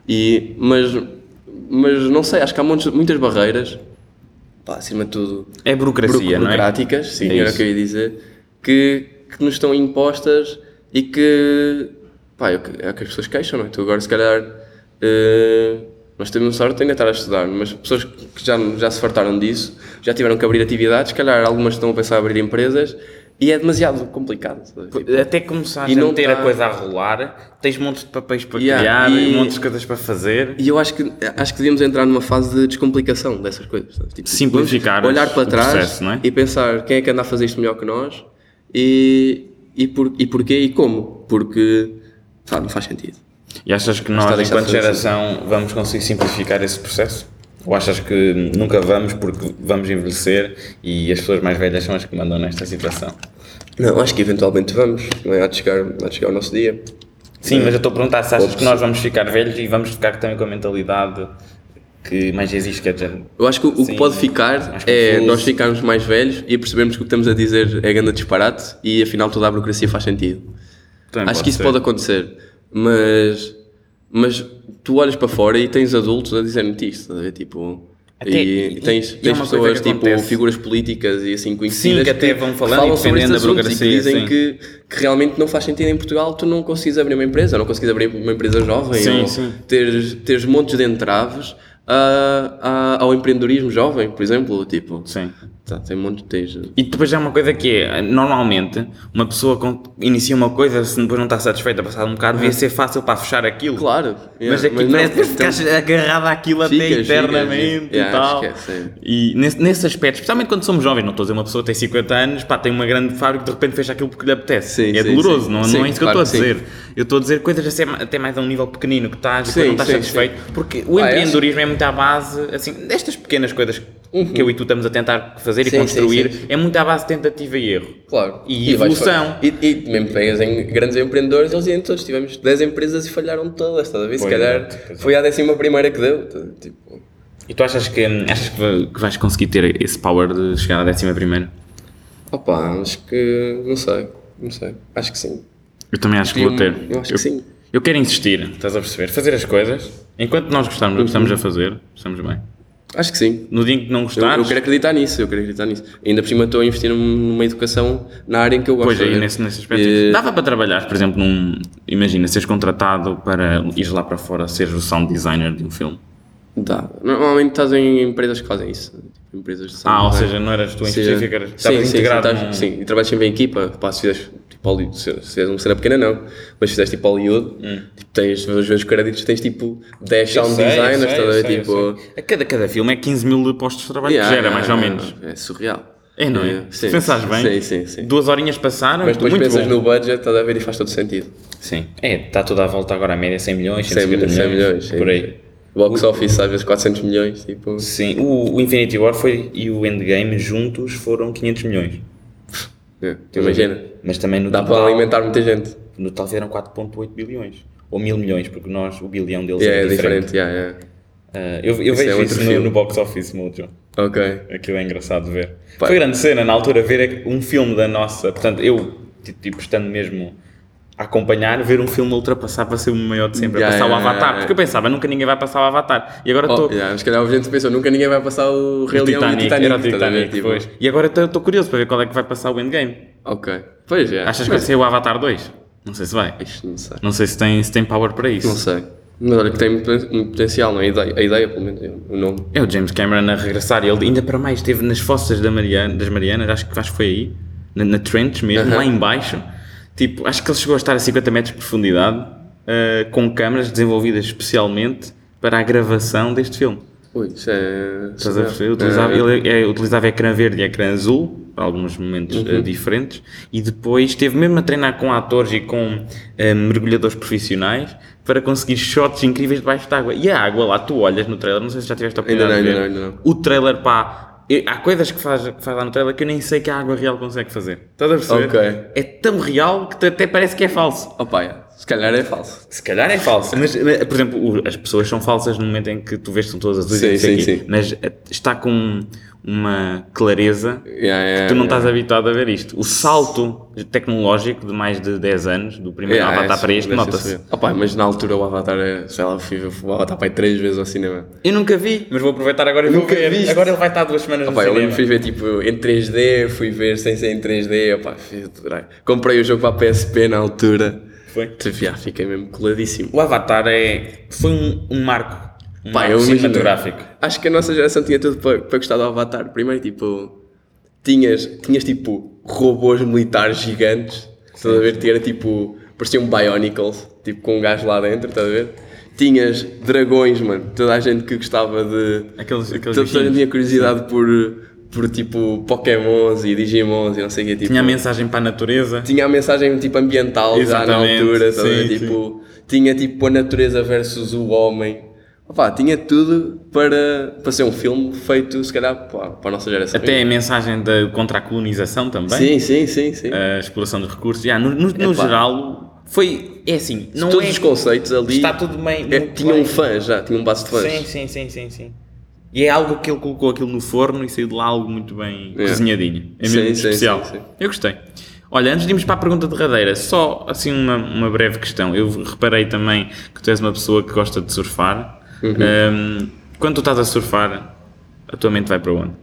mas não sei, acho que há muitas barreiras, acima de tudo é burocracia, burocráticas, não é? Sim, era o que eu ia dizer, que nos estão impostas e que é que as pessoas queixam, não é? Tu agora se calhar nós temos sorte de ainda estar a estudar, mas pessoas que já se fartaram disso, já tiveram que abrir atividades, se calhar algumas estão a pensar em abrir empresas e é demasiado complicado. Até começar a meter a coisa a rolar, tens montes de papéis para criar, montes de coisas para fazer. E eu acho que devíamos entrar numa fase de descomplicação dessas coisas. Tipo, simplificar olhar para trás processo, não é? E pensar quem é que anda a fazer isto melhor que nós e porquê e como. Porque não faz sentido. E achas que nós, enquanto geração, vamos conseguir simplificar esse processo? Ou achas que nunca vamos porque vamos envelhecer e as pessoas mais velhas são as que mandam nesta situação? Não, acho que eventualmente vamos, não é? Há de chegar o nosso dia. Sim, mas eu estou a perguntar se achas que nós vamos ficar velhos e vamos ficar também com a mentalidade que mais existe, que é de género. Eu acho que o que pode ficar é nós ficarmos mais velhos e percebermos que o que estamos a dizer é grande disparate e afinal toda a burocracia faz sentido. Também acho que isso pode acontecer, mas tu olhas para fora e tens adultos a dizer-me isto, tipo, E tens é uma coisa pessoas, que tipo, acontece. figuras políticas e assim conhecidas Sim, que até vão falando falam e sobre defendendo estes a assuntos e que burocracia, dizem sim. que realmente não faz sentido em Portugal tu não conseguires abrir uma empresa, não conseguires abrir uma empresa jovem, Sim, ou sim. teres montes de entraves ao empreendedorismo jovem, por exemplo, tipo, Sim. tem montes de... E depois é uma coisa que é, normalmente, uma pessoa inicia uma coisa, se depois não está satisfeita, passado um bocado, devia ser fácil para fechar aquilo. Claro, Mas aqui não, parece que ficas agarrado àquilo até Ficas, eternamente ficas. e tal. Esquece. E nesse aspecto, especialmente quando somos jovens, não estou a dizer uma pessoa que tem 50 anos, pá, tem uma grande fábrica e de repente fecha aquilo porque lhe apetece. Sim, É sim, doloroso, sim. não Sim, é isso que claro eu estou a que dizer. Eu estou a dizer coisas assim, até mais a um nível pequenino que estás e depois não estás Sim, satisfeito. Porque o empreendedorismo é muito à base, assim, destas pequenas coisas que eu e tu estamos a tentar fazer e construir, é muito à base de tentativa e erro. Claro. E evolução. E mesmo pegas em grandes empreendedores, eles dizem todos, tivemos 10 empresas e falharam todas, estás a ver? Se Pois, calhar exato. foi a 11ª que deu. Tipo, E tu achas que vais conseguir ter esse power de chegar à 11ª? opa, acho que, não sei, acho que sim. Eu também acho que vou ter. Eu acho que sim. Eu quero insistir, estás a perceber? Fazer as coisas, enquanto nós gostarmos do que estamos a fazer, estamos bem. Acho que sim. No dia em que não Eu gostares, quero acreditar nisso, Ainda por cima estou a investir numa educação na área em que eu gosto. pois aí de ver. nesse aspecto. E- Dava para trabalhar, por exemplo, imagina, seres contratado para ires lá para fora, seres o sound designer de um filme. Dá. Normalmente estás em empresas que fazem isso. Tipo, empresas de sound Ou design. seja, não eras tu em Ou seja, específico, sim, estavas sim, integrado estás- num... sim, e trabalhas sempre em equipa, pá, se fizeres tipo Hollywood, se fizeres uma cena pequena não, mas se fizeres tipo Hollywood, tipo, tens, às vezes os créditos tens tipo 10 sound designers, estás a ver, tipo... Cada filme é 15 mil postos de trabalho que gera, mais ou menos. É surreal. É, não é? Sim, Se pensares bem, Sim. 2 horinhas passaram, Mas depois muito pensas bom. no budget, estás a ver, e faz todo sentido. Sim. Está tudo à volta agora, a média 100 milhões, 100 150 milhões, sim. por aí. Box office às vezes 400 milhões, tipo... Sim, o Infinity War e o Endgame juntos foram 500 milhões. Imagina, Mas também no dá para total, alimentar muita gente. no total fizeram 4,8 bilhões. Ou 1000 milhões, porque o bilhão deles É é diferente. diferente, Eu Isso é vejo outro isso filme. no Box Office Mojo. Ok. Aquilo é engraçado de ver. Pá. Foi grande cena na altura ver um filme da nossa. Portanto, eu, tipo, estando mesmo a acompanhar, ver um filme ultrapassar para ser o maior de sempre, a passar o Avatar. Porque eu pensava, nunca ninguém vai passar o Avatar. E agora estou. Mas calhar a gente pensou, nunca ninguém vai passar o Rei O Leão e o Titanic. era o estás a ver, Titanic, tipo, pois. E agora estou curioso para ver qual é que vai passar o Endgame. Ok. Pois é. Achas que vai ser o Avatar 2? Não sei se vai. Não sei. Não sei se tem power para isso. Não sei. Mas olha que tem muito potencial, não é? A ideia, pelo menos, o nome. É o James Cameron a regressar. Ele ainda para mais esteve nas fossas das Marianas, acho que foi aí, na Trench mesmo, lá em baixo. Tipo, acho que ele chegou a estar a 50 metros de profundidade, com câmaras desenvolvidas especialmente para a gravação deste filme. Ui, isso é... Estás a perceber? Ele utilizava ecrã verde e ecrã azul, para alguns momentos diferentes, e depois esteve mesmo a treinar com atores e com mergulhadores profissionais para conseguir shots incríveis debaixo de água. E a água lá, tu olhas no trailer, não sei se já tiveste a oportunidade de ver. Ainda não. O trailer, pá, há coisas que faz lá no trailer que eu nem sei que a água real consegue fazer. Estás a perceber? Ok. É tão real que até parece que é falso. Opa, se calhar é falso. Se calhar é falso, mas por exemplo, as pessoas são falsas no momento em que tu vês que são todas azuis Sim, e não sei sim, quê, sim. mas está com uma clareza que tu não estás habituado a ver isto. O salto tecnológico de mais de 10 anos, do primeiro Avatar para este, nota-se. Opa, mas na altura o Avatar é, sei lá, fui ver o Avatar para aí 3 vezes ao cinema. Eu nunca vi, mas vou aproveitar agora e vou Nunca ver. viste? Agora ele vai estar 2 semanas Opa, no eu cinema. lembro fui ver tipo em 3D, fui ver sem ser em 3D, opa, comprei o jogo para a PSP na altura. Foi? Fiquei mesmo coladíssimo. O Avatar foi um marco. Um Pá, marco eu imagino. cinematográfico. Acho que a nossa geração tinha tudo para gostar do Avatar. Primeiro, tipo, tinhas tipo robôs militares gigantes, estás a ver? Era tipo, pareciam Bionicles, tipo com um gajo lá dentro, estás a ver? Tinhas dragões, mano, toda a gente que gostava de. Aqueles toda a gente bichinhos. tinha curiosidade por tipo Pokémons e Digimons e não sei o que. Tipo, Tinha a mensagem para a natureza. tinha a mensagem tipo ambiental já na Exatamente, altura, estás a ver? sim, Tipo, tinha tipo a natureza versus o homem. Opa, tinha tudo para ser um filme feito, se calhar, para a nossa geração. Até a mensagem contra a colonização também. Sim. A exploração dos recursos. No geral, foi. É assim. Não Todos é, os conceitos ali está tudo bem. muito tinham bem. um fã já, tinha um base de fãs. Sim. E é algo que ele colocou aquilo no forno e saiu de lá algo muito bem cozinhadinho. É mesmo Sim, especial. sim. Eu gostei. Olha, antes de irmos para a pergunta derradeira, só assim uma breve questão. Eu reparei também que tu és uma pessoa que gosta de surfar. Quando tu estás a surfar, a tua mente vai para onde?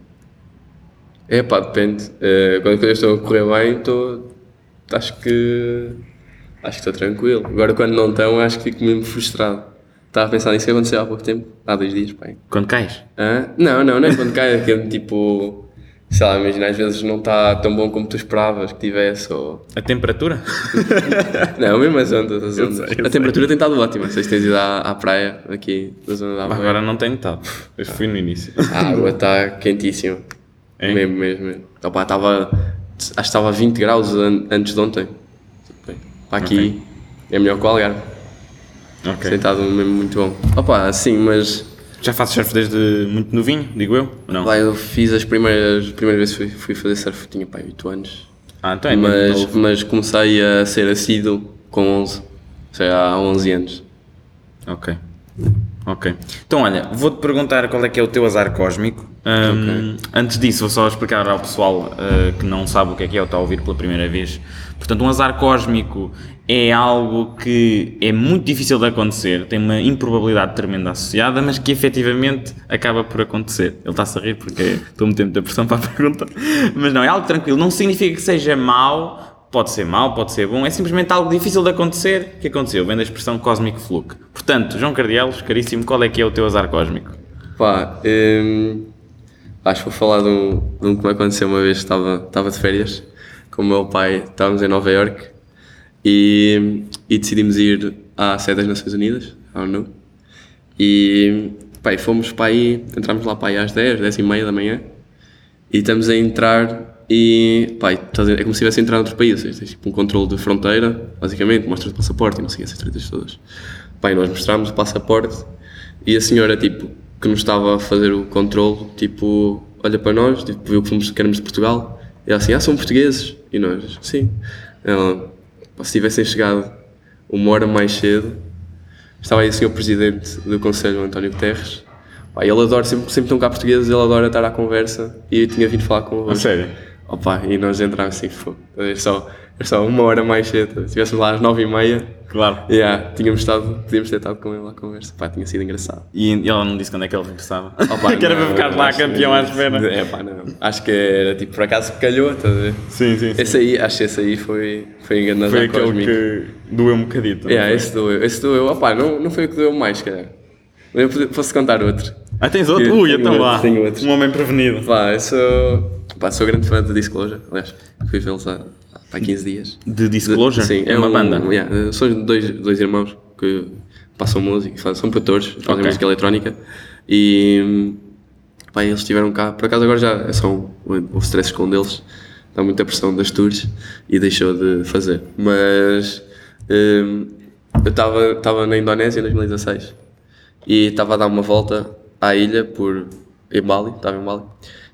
É pá, depende. Quando as coisas estão a correr bem, acho que estou tranquilo. Agora quando não estão, acho que fico mesmo frustrado. Estava a pensar nisso que aconteceu há pouco tempo, há 2 dias, pai. Quando cais? Não é quando cai, é que tipo, sei lá, imagina, às vezes não está tão bom como tu esperavas que tivesse, ou... A temperatura? Não, mesmo as ondas. Eu sei. A temperatura tem estado ótima, não sei se tens ido à praia aqui da zona da Aveiro. Agora não tenho estado, eu fui no início. A água está quentíssima, É? mesmo. Opa, acho que estava a 20 graus antes de ontem. Para aqui é melhor que o Algarve. Ok. Tem estado mesmo muito bom. Opa, sim, mas... Já fazes surf desde muito novinho, digo eu? Ou não? Lá eu fiz as primeiras vezes que fui fazer surf, tinha pá, 8 anos. Então é mesmo novo. Mas comecei a ser assíduo com 11, ou seja, há 11 anos. Ok. Então olha, vou-te perguntar qual é que é o teu azar cósmico. Antes disso, vou só explicar ao pessoal que não sabe o que é ou está a ouvir pela primeira vez. Portanto, um azar cósmico é algo que é muito difícil de acontecer, tem uma improbabilidade tremenda associada, mas que efetivamente acaba por acontecer. Ele está-se a rir porque estou a meter muita pressão para a pergunta. Mas não, é algo tranquilo, não significa que seja mau, pode ser bom, é simplesmente algo difícil de acontecer, que aconteceu, vem da expressão Cosmic Fluke. Portanto, João Cardielos, caríssimo, qual é que é o teu azar cósmico? Pá, acho que vou falar de um que me aconteceu uma vez, estava de férias com o meu pai, estávamos em Nova Iorque e decidimos ir à sede das Nações Unidas, à ONU, e pá, fomos para aí, entramos lá para aí às 10h30 da manhã, e estamos a entrar e pá, é como se estivesse a entrar noutro país, ou seja, tens tipo um controle de fronteira, basicamente, mostras o passaporte e não sei essas tretas todas. Pá, e nós mostramos o passaporte e a senhora tipo, que nos estava a fazer o controle, tipo, olha para nós, tipo, viu que éramos de Portugal, e ela assim, são portugueses? E nós, sim. Ela, se tivessem chegado 1 hora mais cedo, estava aí o Sr. Presidente do Conselho, António Guterres. Pá, ele adora, sempre estão cá portugueses, ele adora estar à conversa e eu tinha vindo falar com ele. A sério? Opa, e nós entramos assim, era só 1 hora mais cedo, se estivéssemos lá às 9h30, Claro. podíamos ter estado com ele à conversa, pá, tinha sido engraçado. E ela não disse quando é que ele regressava? Opa, Que era para ficar lá campeão à espera. Não. Acho que era tipo, por acaso calhou, estás a ver? Sim. Acho que esse aí foi enganado. Foi aquele que doeu um bocadito. não foi? Esse doeu. Opa, não foi o que doeu mais, cara. Eu posso contar outro. Tens outro? Ui, Tenho então outro, lá. tenho outro. Um homem prevenido. Pá, eu sou grande fã de Disclosure, aliás, fui vê-los há 15 dias. De Disclosure? Sim, é uma banda? São dois irmãos que passam música, são produtores, fazem música eletrónica e pá, eles estiveram cá, por acaso agora já é só o stress com um deles, dá muita pressão das tours e deixou de fazer, mas eu estava na Indonésia em 2016 e estava a dar uma volta à ilha estava em Bali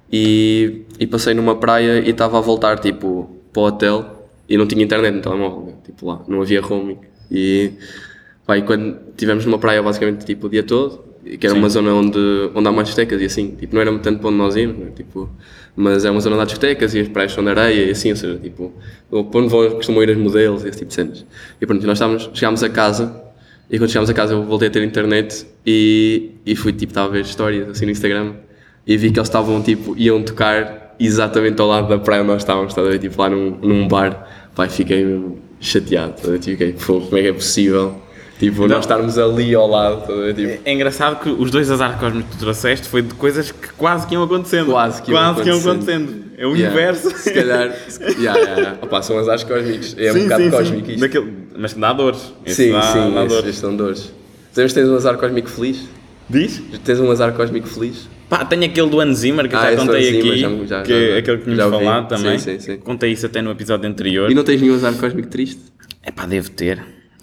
e passei numa praia e estava a voltar tipo para o hotel e não tinha internet no telemóvel, né? Tipo lá, não havia roaming e quando estivemos numa praia basicamente tipo o dia todo, que era uma zona onde há mais discotecas e assim, tipo, não era tanto para onde nós íamos, né? Tipo, mas é uma zona de discotecas e as praias são de areia e assim, ou seja, tipo, para onde costumam ir os modelos e esse tipo de cenas. E pronto, nós chegámos a casa e quando chegámos a casa eu voltei a ter internet e fui tipo, estava a ver histórias assim no Instagram e vi que eles estavam tipo, iam tocar exatamente ao lado da praia onde nós estávamos, estava a ver, tipo lá num bar, pá, fiquei mesmo chateado, fiquei, como é que é possível? Tipo, nós estarmos ali ao lado, tipo... É engraçado que os dois azares cósmicos que tu trouxeste foi de coisas que quase que iam acontecendo. Quase que iam acontecendo. É o universo. Se calhar. Opa, são azares cósmicos. É um bocado cósmico isto. Mas que dá dores. Sim, estes são dores. Tens um azar cósmico feliz? Diz? Tens um azar cósmico feliz? Pá, tenho aquele do Hans Zimmer que eu já contei aqui, que é aquele que tínhamos falado também. Sim. Contei isso até no episódio anterior. E não tens nenhum azar cósmico triste? É pá, devo ter.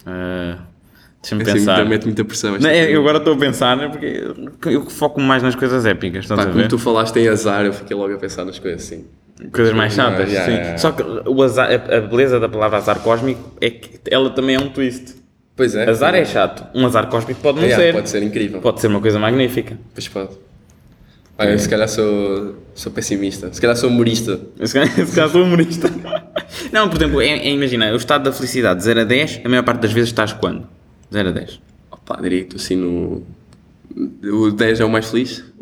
Deixa-me assim, pensar. Mete muita pressão. Não, eu agora estou a pensar, porque eu foco mais nas coisas épicas, estás a ver? Quando tu falaste em azar, eu fiquei logo a pensar nas coisas assim. Coisas mais chatas, sim. Só que o azar, a beleza da palavra azar cósmico é que ela também é um twist. Pois é. Azar é chato. Um azar cósmico pode não ser. Pode ser incrível. Pode ser uma coisa magnífica. Pois pode. Olha, se calhar sou pessimista. Se calhar sou humorista. Se calhar sou humorista. Não, por exemplo, imagina, o estado da felicidade de 0 a 10, a maior parte das vezes estás quando? 0 a 10. Opa, diria que estou assim no... O 10 é o mais feliz?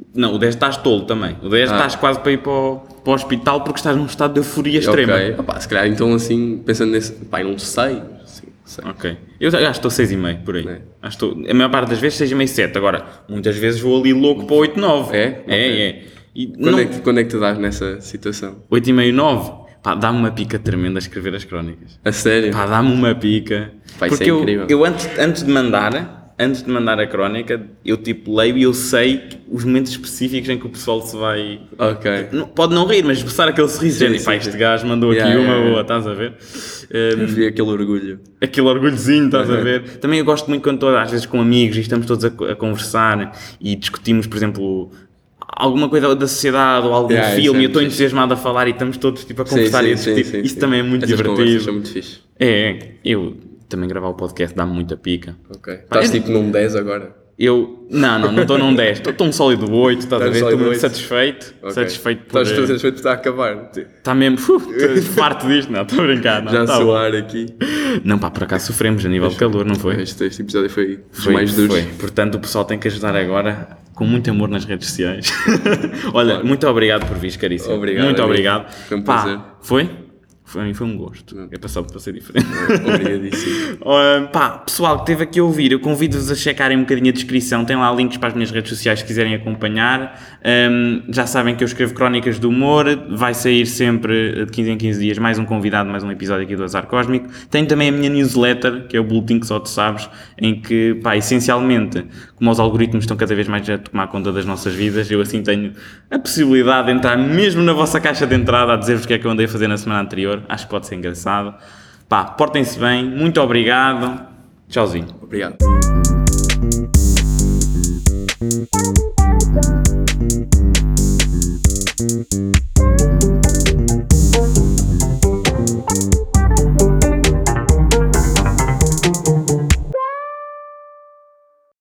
Não, o 10 estás tolo também. O 10 estás quase para ir para o hospital porque estás num estado de euforia extrema. Ok, opa, se calhar então assim, pensando nesse... Pá, não sei. Sei. Ok. Eu acho que estou 6,5 por aí. Acho que estou, a maior parte das vezes 6,5, 7. Agora, muitas vezes vou ali louco para 8, 9. É? É. E Quando é que tu dás nessa situação? 8,5, 9. Pá, dá-me uma pica tremenda a escrever as crónicas. A sério? Pá, dá-me uma pica. Pá, isso porque é incrível. eu antes de mandar a crónica, eu tipo leio e eu sei os momentos específicos em que o pessoal se vai... Ok. Pode não rir, mas esboçar aquele sorriso. Sim, Pá, este gajo mandou aqui uma boa, estás a ver? Eu vi aquele orgulho. Aquele orgulhozinho, estás a ver? Também eu gosto muito quando estou, às vezes, com amigos e estamos todos a conversar e discutimos, por exemplo, alguma coisa da sociedade ou algum filme e eu estou entusiasmado a falar e estamos todos tipo, a conversar e a discutir. Isso também é muito divertido. São muito fixe. Eu também gravar o podcast dá-me muita pica. Ok. Estás tipo num 10 agora? Não estou num 10, estou um sólido 8, estás a ver? Estou muito satisfeito. Okay. Satisfeito por... Estás satisfeito por estar a acabar? Está mesmo, farto disto, não, estou a brincar. Não, já tá suar aqui. Não, pá, por acaso sofremos a nível de calor, não foi? Este episódio foi dos mais duros. Foi. Portanto, o pessoal tem que ajudar agora com muito amor nas redes sociais. Olha, muito obrigado por vir, caríssimo. Obrigado. Muito obrigado. Foi um prazer. Foi? Para mim foi um gosto. É passar para ser diferente. Obrigadíssimo. Pessoal que esteve aqui a ouvir, eu convido-vos a checarem um bocadinho a descrição. Tem lá links para as minhas redes sociais se quiserem acompanhar. Já sabem que eu escrevo crónicas de humor. Vai sair sempre de 15 em 15 dias mais um convidado, mais um episódio aqui do Azar Cósmico. Tenho também a minha newsletter, que é o boletim que só tu sabes, em que, pá, essencialmente, como os algoritmos estão cada vez mais a tomar conta das nossas vidas, eu assim tenho a possibilidade de entrar mesmo na vossa caixa de entrada a dizer-vos o que é que eu andei a fazer na semana anterior. Acho que pode ser engraçado. Pá, portem-se bem. Muito obrigado. Tchauzinho. Obrigado.